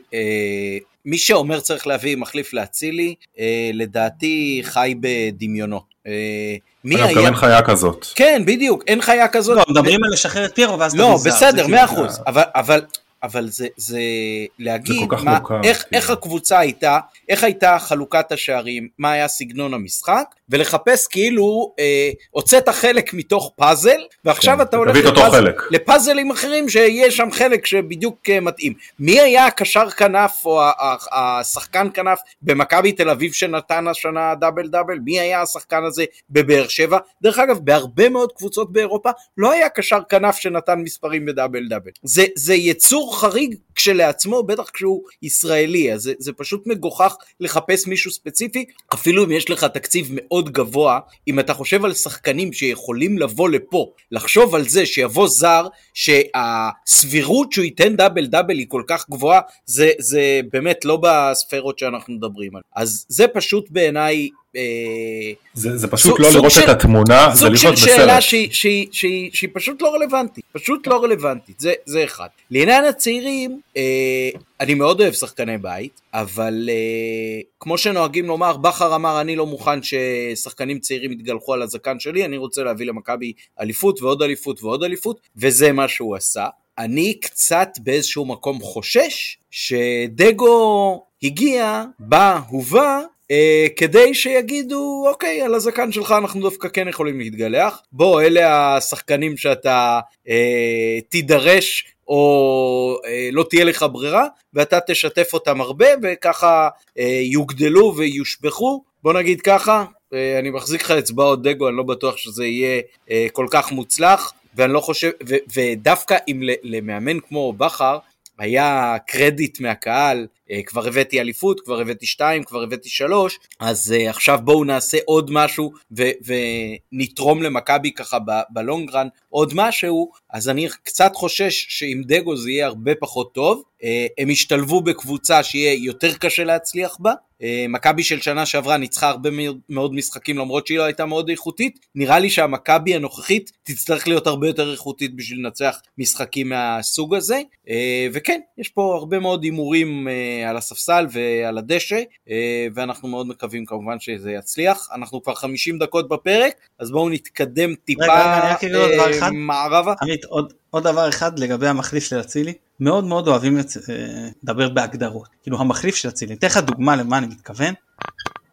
מי שאומר צריך להביא מחליף לאצילי, לדעתי חי בדמיונות. אגב, גם אין חיה כזאת. כן, בדיוק, אין חיה כזאת. לא, מדברים על לשחרר את פירו, ואז לא, בסדר, מאה אחוז, אבל... אבל זה, זה להגיד זה מה, מוכר, איך, כן. איך הקבוצה הייתה, איך הייתה חלוקת השערים, מה היה סגנון המשחק, ולחפש כאילו, אה, הוצאת חלק מתוך פאזל, ועכשיו כן, אתה הולך לפאזל, לפאזלים אחרים, שיהיה שם חלק שבדיוק מתאים. מי היה הקשר כנף, או השחקן כנף, במכבי תל אביב שנתן השנה דאבל דאבל, מי היה השחקן הזה בבאר שבע? דרך אגב, בהרבה מאוד קבוצות באירופה, לא היה קשר כנף שנתן מספרים בדאבל דאבל. זה, זה יצור חריג כשלעצמו, בטח כשהוא ישראלי, אז זה, זה פשוט מגוחך לחפש מישהו ספציפי, אפילו אם יש לך תקציב מאוד גבוה, אם אתה חושב על שחקנים שיכולים לבוא לפה, לחשוב על זה שיבוא זר, שהסבירות שהוא ייתן דאבל דאבל היא כל כך גבוהה, זה, זה באמת לא בספרות שאנחנו מדברים על. אז זה פשוט בעיניי, זה, זה פשוט סוג, לא סוג לראות של, את התמונה, זה לראות בסרט. סוג של שאלה שהיא, שהיא, שהיא, שהיא פשוט לא רלוונטית, פשוט לא רלוונטית, זה, זה אחד. לעניין הצעירים, אה, אני מאוד אוהב שחקני בית, אבל אה, כמו שנוהגים לומר, בכר אמר, אני לא מוכן ששחקנים צעירים יתגלחו על הזקן שלי, אני רוצה להביא למכבי אליפות ועוד אליפות ועוד אליפות, וזה מה שהוא עשה. אני קצת באיזשהו מקום חושש, שדגו הגיע, בא, הובא, Uh, כדי שיגידו, אוקיי, על הזקן שלך אנחנו דווקא כן יכולים להתגלח, בוא, אלה השחקנים שאתה uh, תידרש, או uh, לא תהיה לך ברירה, ואתה תשתף אותם הרבה, וככה uh, יוגדלו ויושבחו, בוא נגיד ככה, uh, אני מחזיק לך אצבעות דגו, אני לא בטוח שזה יהיה uh, כל כך מוצלח, ואני לא חושב, ו- ודווקא אם למאמן כמו בכר, היה קרדיט מהקהל, כבר הבאתי אליפות, כבר הבאתי שתיים, כבר הבאתי שלוש, אז עכשיו בואו נעשה עוד משהו, ו- ונתרום למכבי ככה ב- בלונגרן עוד משהו, אז אני קצת חושש שעם דגו זה יהיה הרבה פחות טוב, הם השתלבו בקבוצה שיהיה יותר קשה להצליח בה, מכבי של שנה שעברה ניצחה הרבה מאוד משחקים למרות שהיא לא הייתה מאוד איכותית, נראה לי שהמכבי הנוכחית תצטרך להיות הרבה יותר איכותית בשביל לנצח משחקים מהסוג הזה, וכן, יש פה הרבה מאוד אימורים על הספסל ועל הדשא, ואנחנו מאוד מקווים כמובן שזה יצליח. אנחנו כבר חמישים דקות בפרק, אז בואו נתקדם טיפה מערבה. עמית, עוד, עוד דבר אחד לגבי המחליף של אצילי, מאוד מאוד אוהבים לדבר בהגדרות, כאילו המחליף של אצילי, אתן לך דוגמה למה אני מתכוון,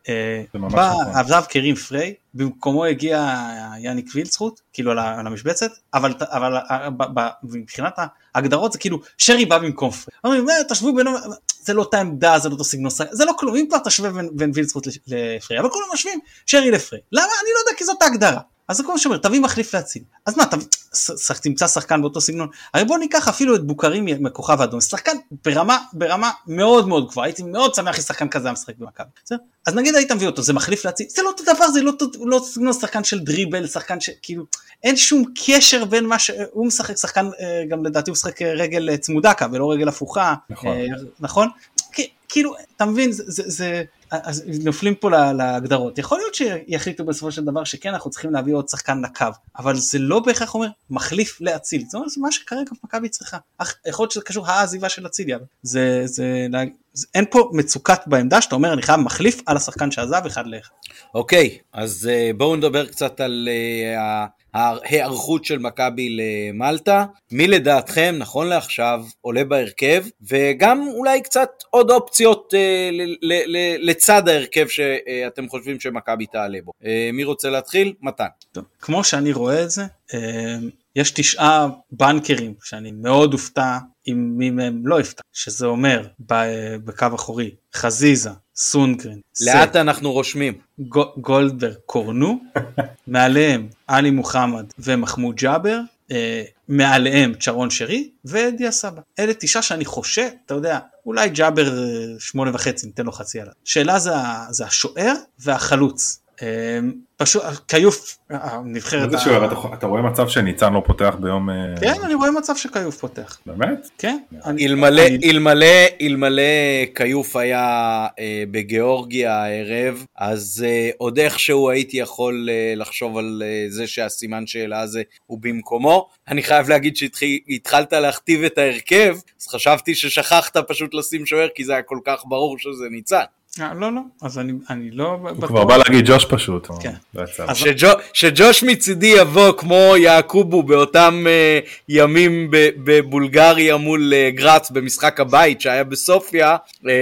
בא עזב קרים פריי, במקומו הגיע יניק וילצחוט, כאילו על המשבצת, אבל מבחינת ההגדרות זה כאילו, שרי בא במקום פריי. אומרים, תשבו בינו, זה לא אותה עמדה, זה לא אותו סגנון, זה לא כלום, אם כבר תשווה בין וילצחוט לפריי, אבל כולם משווים שרי לפריי. למה? אני לא יודע, כי זאת ההגדרה. אז זה כמו שאומר, תביא מחליף להציל. אז מה, תמצא שחקן באותו סגנון? הרי בוא ניקח אפילו את בוקרים מכוכב האדום, שחקן ברמה, ברמה מאוד מאוד גבוהה, הייתי מאוד שמח לשחקן כזה המשחק במכבי. אז נגיד היית מביא אותו, זה מחליף להציל, זה לא אותו דבר, זה לא סגנון שחקן של דריבל, שחקן שכאילו, אין שום קשר בין מה שהוא משחק, שחקן גם לדעתי הוא משחק רגל צמודקה, ולא רגל הפוכה, נכון? כאילו, אתה מבין, זה, אז נופלים פה להגדרות. יכול להיות שיחליטו בסופו של דבר שכן, אנחנו צריכים להביא עוד שחקן לקו, אבל זה לא בהכרח אומר, מחליף להציל. זאת אומרת, זה מה שכרגע מכבי צריכה. יכול להיות שזה קשור, העזיבה של הציל, זה, זה, אין פה מצוקת בעמדה, שאתה אומר, אני חייב מחליף על השחקן שעזב אחד לאחד. אוקיי, אז בואו נדבר קצת על ההיערכות של מכבי למלטה. מי לדעתכם, נכון לעכשיו, עולה בהרכב, וגם אולי קצת עוד אופציות לצד ההרכב שאתם חושבים שמכבי תעלה בו. מי רוצה להתחיל? מתן. טוב, כמו שאני רואה את זה, יש תשעה בנקרים שאני מאוד הופתע אם מי מהם לא יפתע, שזה אומר בקו אחורי, חזיזה, סונגרן, לאט סט, אנחנו רושמים, גולדברג, קורנו, מעליהם עלי מוחמד ומחמוד ג'אבר, אה, מעליהם צ'רון שרי ודיה סבא. אלה תשעה שאני חושב, אתה יודע, אולי ג'אבר שמונה וחצי, ניתן לו חצי עליו. שאלה זה, זה השוער והחלוץ. פשוט, קיוף, נבחרת... איזה שוער, אתה רואה מצב שניצן לא פותח ביום... כן, אני רואה מצב שקיוף פותח. באמת? כן. אלמלא קיוף היה בגיאורגיה הערב, אז עוד איכשהו הייתי יכול לחשוב על זה שהסימן שאלה הזה הוא במקומו. אני חייב להגיד שהתחלת להכתיב את ההרכב, אז חשבתי ששכחת פשוט לשים שוער, כי זה היה כל כך ברור שזה ניצן. לא, לא, אז אני, אני לא... הוא כבר בא להגיד ג'וש פשוט. כן. שג'וש מצידי יבוא כמו יעקובו באותם ימים בבולגריה מול גרץ במשחק הבית שהיה בסופיה,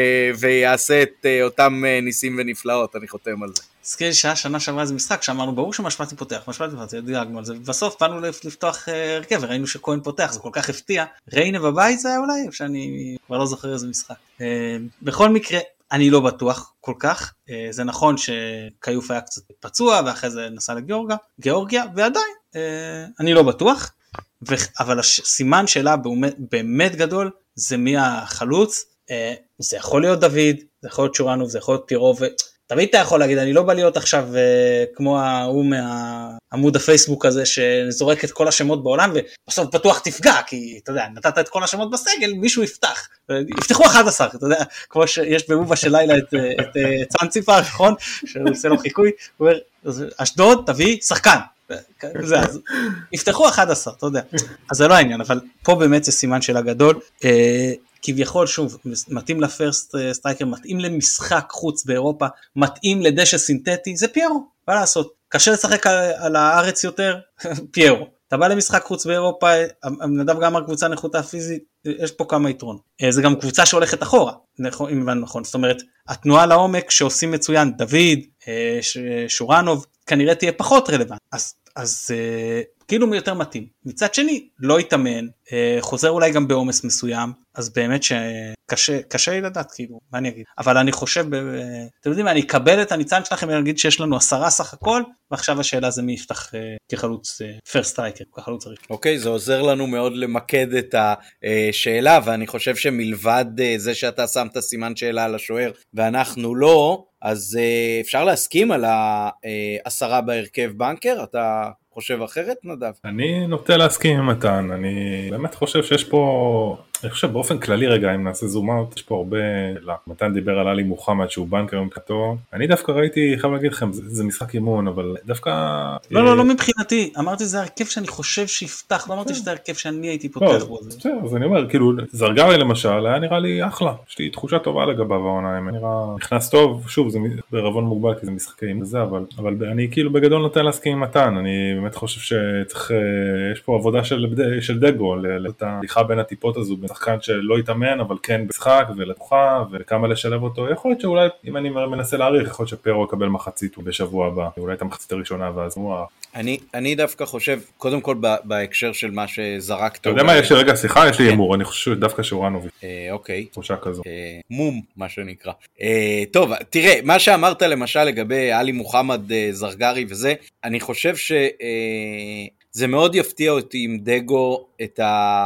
ויעשה את אותם ניסים ונפלאות, אני חותם על זה. זכיר שעה שנה שעברה איזה משחק שאמרנו, ברור שמשמעתי פותח, משמעתי פותח, דייגנו על זה, ובסוף באנו לפתוח הרכב, וראינו שכהן פותח, זה כל כך הפתיע. ריינה בבית זה היה אולי, שאני כבר לא זוכר איזה משחק. בכל מקרה, אני לא בטוח כל כך, זה נכון שקיוף היה קצת פצוע, ואחרי זה נסע לגיאורגיה, גיאורגיה, ועדיין, אני לא בטוח, אבל הסימן שלה באמת גדול, זה מי החלוץ, זה יכול להיות דוד, זה יכול להיות שורנוב, זה יכול להיות פירו, תמיד אתה יכול להגיד, אני לא בא להיות עכשיו כמו ההוא מהעמוד הפייסבוק הזה שזורק את כל השמות בעולם ובסוף בטוח תפגע, כי אתה יודע, נתת את כל השמות בסגל, מישהו יפתח, יפתחו אחד עשר, אתה יודע, כמו שיש בבובה של לילה את, את צאן ציפר, נכון, שהוא עושה לו חיקוי, הוא אומר, אשדוד תביא שחקן, זה, אז יפתחו אחד עשר, אתה יודע, אז זה לא העניין, אבל פה באמת זה סימן של הגדול, כביכול, שוב, מתאים לפרסט סטרייקר, מתאים למשחק חוץ באירופה, מתאים לדשא סינתטי, זה פיירו, מה לעשות? קשה לשחק על, על הארץ יותר, פיירו. אתה בא למשחק חוץ באירופה, נדב גם אמר קבוצה נחותה פיזית, יש פה כמה יתרון. זה גם קבוצה שהולכת אחורה, אם הבנו נכון. זאת אומרת, התנועה לעומק שעושים מצוין, דוד, שורנוב, כנראה תהיה פחות רלוונט. אז, אז כאילו מי יותר מתאים. מצד שני, לא יתאמן, חוזר אולי גם בעומס מסוים, אז באמת שקשה, קשה לי לדעת, כאילו, מה אני אגיד? אבל אני חושב, אתם יודעים, אני אקבל את הניצן שלכם, אני אגיד שיש לנו עשרה סך הכל, ועכשיו השאלה זה מי יפתח כחלוץ פרסט סטרייקר, כחלוץ הראשון. אוקיי, זה עוזר לנו מאוד למקד את השאלה, ואני חושב שמלבד זה שאתה שם את הסימן שאלה על השוער, ואנחנו לא, אז אפשר להסכים על העשרה בהרכב בנקר, אתה... חושב אחרת, נדב? אני נוטה להסכים עם מתן, אני באמת חושב שיש פה, אני חושב באופן כללי רגע, אם נעשה זום אאוט, יש פה הרבה, לא, מתן דיבר על עלי מוחמד שהוא בנקר עם כתו, אני דווקא ראיתי, חייב להגיד לכם, זה, זה משחק אימון, אבל דווקא... לא, לא, לא מבחינתי, אמרתי זה הרכב שאני חושב שיפתח, לא אמרתי שזה הרכב שאני הייתי פותח בו. בסדר, אז אני אומר, כאילו, זרגרי למשל, היה נראה לי אחלה, יש לי תחושה טובה לגביו העונה, נראה נכנס טוב, שוב, זה בערבון מוגבל, כי זה משחקים וזה, אבל, אבל אני כאילו בגדול נוטה להסכים עם מתן, אני באמת חושב שצריך, יש פה עבודה של, של דגו, להליכה בין הטיפות הזו, בין שחקן שלא יתאמן, אבל כן בשחק ולתוכה, וכמה לשלב אותו, יכול להיות שאולי, אם אני מנסה להעריך, יכול להיות שפרו יקבל מחצית בשבוע הבא, אולי את המחצית הראשונה, ואז הוא... אני, אני דווקא חושב, קודם כל בהקשר של מה שזרקת. אתה יודע מה, יש לי רגע שיחה, יש לי אמור, אני חושב דווקא שורנוביץ'. אוקיי. תחושה כזו. מום, מה שנקרא. טוב, תראה, מה שאמרת למשל לגבי עלי מוחמד זרגרי וזה, אני חושב שזה מאוד יפתיע אותי עם דגו את ה...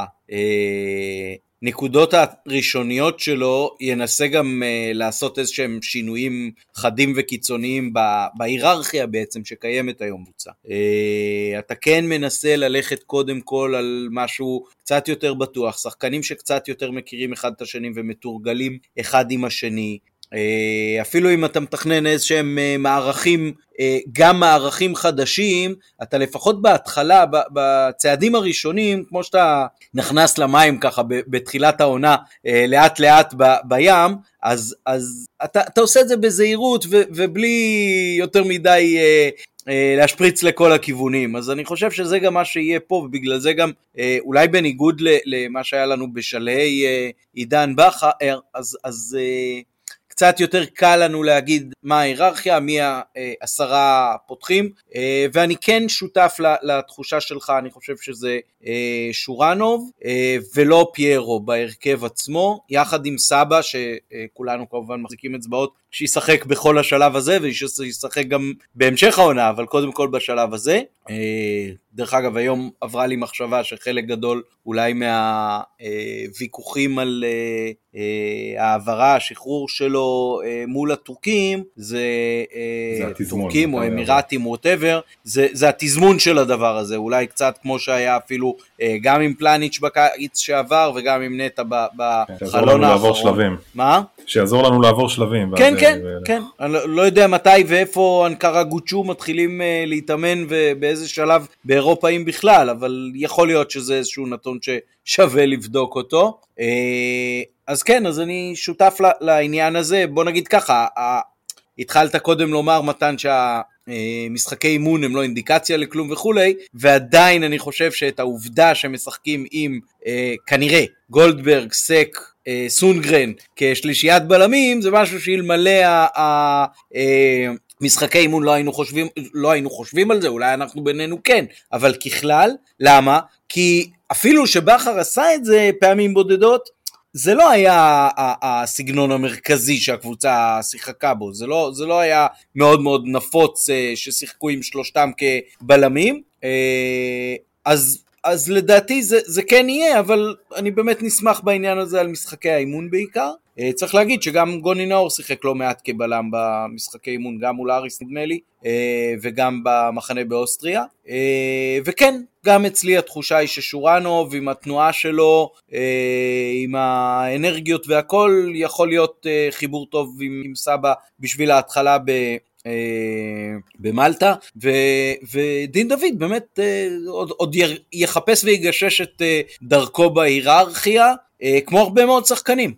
נקודות הראשוניות שלו ינסה גם uh, לעשות איזשהם שינויים חדים וקיצוניים בהיררכיה בעצם שקיימת היום בוצע. Uh, אתה כן מנסה ללכת קודם כל על משהו קצת יותר בטוח, שחקנים שקצת יותר מכירים אחד את השני ומתורגלים אחד עם השני, אפילו אם אתה מתכנן איזשהם מערכים, גם מערכים חדשים, אתה לפחות בהתחלה, בצעדים הראשונים, כמו שאתה נכנס למים ככה בתחילת העונה, לאט לאט בים, אז, אז אתה, אתה עושה את זה בזהירות ובלי יותר מדי להשפריץ לכל הכיוונים. אז אני חושב שזה גם מה שיהיה פה, ובגלל זה גם אולי בניגוד למה שהיה לנו בשלהי עידן בכר, אז, אז קצת יותר קל לנו להגיד מה ההיררכיה, מי העשרה פותחים, ואני כן שותף לתחושה שלך, אני חושב שזה שורנוב, ולא פיירו בהרכב עצמו, יחד עם סבא, שכולנו כמובן מחזיקים אצבעות, שישחק בכל השלב הזה, ושישחק גם בהמשך העונה, אבל קודם כל בשלב הזה. דרך אגב, היום עברה לי מחשבה שחלק גדול אולי מהוויכוחים על העברה, השחרור שלו מול הטורקים, זה טורקים או אמירטים או whatever, זה התזמון של הדבר הזה, אולי קצת כמו שהיה אפילו גם עם פלניץ' בקיץ שעבר, וגם עם נטע בחלון האחרון. מה? שיעזור לנו לעבור שלבים. כן, כן, כן. אני לא יודע מתי ואיפה אנקרה גוצ'ו מתחילים להתאמן ובאיזה שלב באירופה אם בכלל, אבל יכול להיות שזה איזשהו נתון ששווה לבדוק אותו. אז כן, אז אני שותף לעניין הזה. בוא נגיד ככה, התחלת קודם לומר מתן שהמשחקי אימון הם לא אינדיקציה לכלום וכולי, ועדיין אני חושב שאת העובדה שמשחקים עם כנראה גולדברג, סק, סונגרן כשלישיית בלמים, זה משהו שאלמלא משחקי אימון לא היינו חושבים, לא היינו חושבים על זה, אולי אנחנו בינינו כן, אבל ככלל, למה? כי אפילו שבכר עשה את זה פעמים בודדות, זה לא היה הסגנון המרכזי שהקבוצה שיחקה בו, זה לא, זה לא היה מאוד מאוד נפוץ ששיחקו עם שלושתם כבלמים, אז אז לדעתי זה, זה כן יהיה, אבל אני באמת נשמח בעניין הזה על משחקי האימון בעיקר. צריך להגיד שגם גוני נאור שיחק לא מעט כבלם במשחקי אימון, גם מול אריס נדמה לי, וגם במחנה באוסטריה. וכן, גם אצלי התחושה היא ששורנוב עם התנועה שלו, עם האנרגיות והכל, יכול להיות חיבור טוב עם, עם סבא בשביל ההתחלה ב... במלטה, ודין דוד באמת עוד, עוד יחפש ויגשש את דרכו בהיררכיה, כמו הרבה מאוד שחקנים.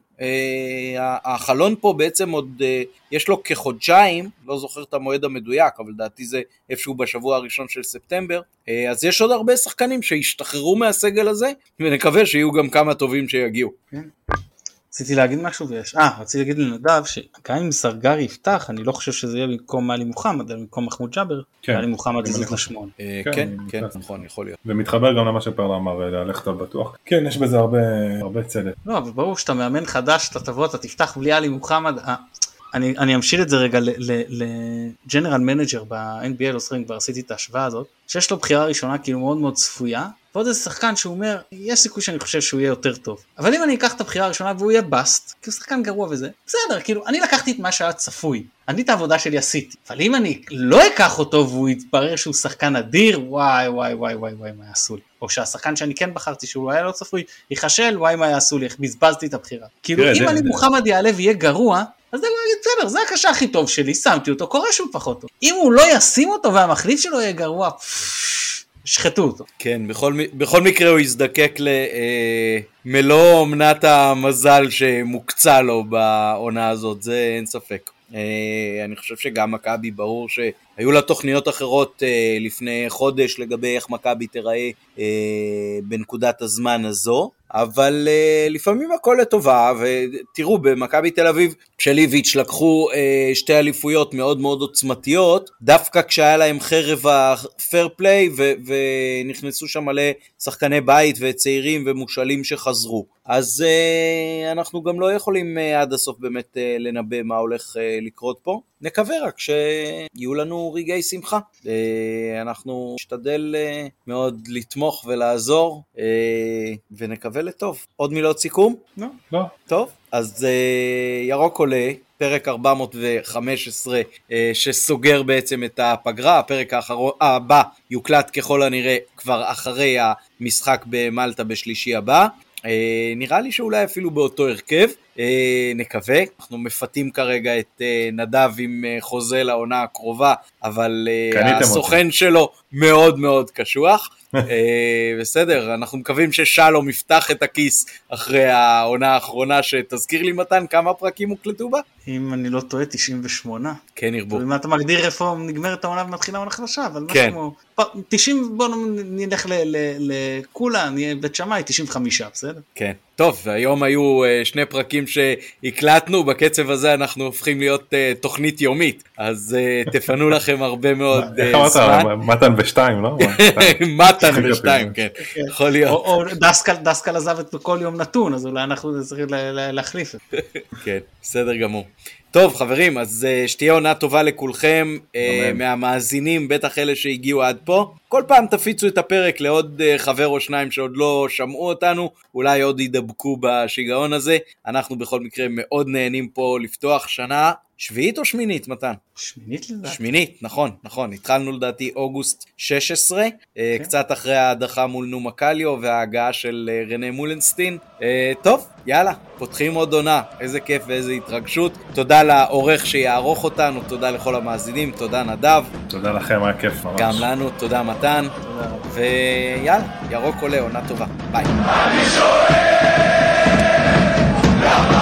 החלון פה בעצם עוד יש לו כחודשיים, לא זוכר את המועד המדויק, אבל דעתי זה איפשהו בשבוע הראשון של ספטמבר, אז יש עוד הרבה שחקנים שישתחררו מהסגל הזה, ונקווה שיהיו גם כמה טובים שיגיעו. רציתי להגיד משהו ויש, אה, רציתי להגיד לנדב שגם אם זרגרי יפתח, אני לא חושב שזה יהיה במקום עלי מוחמד, אלא במקום מחמוד ג'אבר, עלי מוחמד יזוז לשמונה. כן, כן, נכון, יכול להיות. ומתחבר גם למה שפרלה אמר, ללכת על בטוח. כן, יש בזה הרבה צדק. לא, אבל ברור שאתה מאמן חדש, אתה תבוא, אתה תפתח בלי עלי מוחמד, אני, אני אמשיל את זה רגע לג'נרל מנג'ר ב-אן בי איי, לא זוכר, כבר עשיתי את ההשוואה הזאת, שיש לו בחירה ראשונה כאילו מאוד מאוד צפויה, ועוד איזה שחקן שהוא אומר, יש סיכוי שאני חושב שהוא יהיה יותר טוב. אבל אם אני אקח את הבחירה הראשונה והוא יהיה בסט, כי הוא שחקן גרוע וזה, בסדר, כאילו, אני לקחתי את מה שהיה צפוי, אני את העבודה שלי עשיתי, אבל אם אני לא אקח אותו והוא יתברר שהוא שחקן אדיר, וואי וואי וואי וואי וואי מה יעשו לי. או שהשחקן שאני כן בחרתי שהוא היה לא צפוי, יחשל, וואי מה יעשו לי, איך בזבזתי את הבחירה. כאילו, אם אני מוחמד יעלה ויהיה גרוע, אז זה לא יגיד, בסדר, זה הקשה הכי טוב שלי, שמתי אותו, קורה שהוא פחות טוב. אם הוא לא ישים אותו והמחליף שלו יהיה גרוע, שחטו אותו. כן, בכל, בכל מקרה הוא יזדקק למלוא מנת המזל שמוקצה לו בעונה הזאת, זה אין ספק. אני חושב שגם מכבי ברור שהיו לה תוכניות אחרות לפני חודש לגבי איך מכבי תיראה בנקודת הזמן הזו, אבל uh, לפעמים הכל לטובה, ותראו, במכבי תל אביב, כשליביץ' לקחו uh, שתי אליפויות מאוד מאוד עוצמתיות, דווקא כשהיה להם חרב הפייר פליי, ו- ונכנסו שם מלא שחקני בית וצעירים ומושלים שחזרו. אז uh, אנחנו גם לא יכולים uh, עד הסוף באמת uh, לנבא מה הולך uh, לקרות פה. נקווה רק שיהיו לנו רגעי שמחה. Uh, אנחנו נשתדל uh, מאוד לתמוך ולעזור, uh, ונקווה לטוב. עוד מילות סיכום? לא. לא. טוב, אז uh, ירוק עולה. פרק ארבע מאות וחמש עשרה שסוגר בעצם את הפגרה, הפרק האחרון, הבא יוקלט ככל הנראה כבר אחרי המשחק במלטה בשלישי הבא, נראה לי שאולי אפילו באותו הרכב, נקווה, אנחנו מפתים כרגע את נדב עם חוזה לעונה הקרובה, אבל הסוכן שלו מאוד מאוד קשוח, בסדר, אנחנו מקווים ששלום יפתח את הכיס אחרי העונה האחרונה, שתזכיר לי מתן כמה פרקים הוקלטו בה? אם אני לא טועה תשעים ושמונה. כן ירבו. אם אתה מגדיר איפה נגמרת העונה ומתחילה העונה חדשה, אבל כן. משהו כמו תשעים, בואו נלך לכולה, נהיה בית שמאי תשעים וחמש, בסדר? כן. טוב, היום היו שני פרקים שהקלטנו, בקצב הזה אנחנו הופכים להיות תוכנית יומית, אז תפנו לכם הרבה מאוד זמן. איך אמרת? מתן ושתיים, לא? מתן ושתיים, כן, יכול להיות. או דסקל עזב את בכל יום נתון, אז אולי אנחנו צריכים להחליף את זה. כן, בסדר גמור. טוב חברים, אז שתהיה עונה טובה לכולכם, מהמאזינים, בטח אלה שהגיעו עד פה. כל פעם תפיצו את הפרק לעוד חבר או שניים שעוד לא שמעו אותנו, אולי עוד ידבקו בשיגעון הזה. אנחנו בכל מקרה מאוד נהנים פה לפתוח שנה שביעית או שמינית, מתן? שמינית לדעתי. שמינית, נכון, נכון. התחלנו לדעתי אוגוסט שש עשרה, okay. קצת אחרי ההדחה מול נומה קליו וההגעה של רנה מולנסטין. טוב, יאללה, פותחים עוד עונה. איזה כיף ואיזה התרגשות. תודה לעורך שיערוך אותנו, תודה לכל המאזינים, תודה נדב. תודה לכם, היה כיף ממש. גם לנו, תודה מתן. תודה. ויאללה, ירוק עולה, עונה טובה. ביי.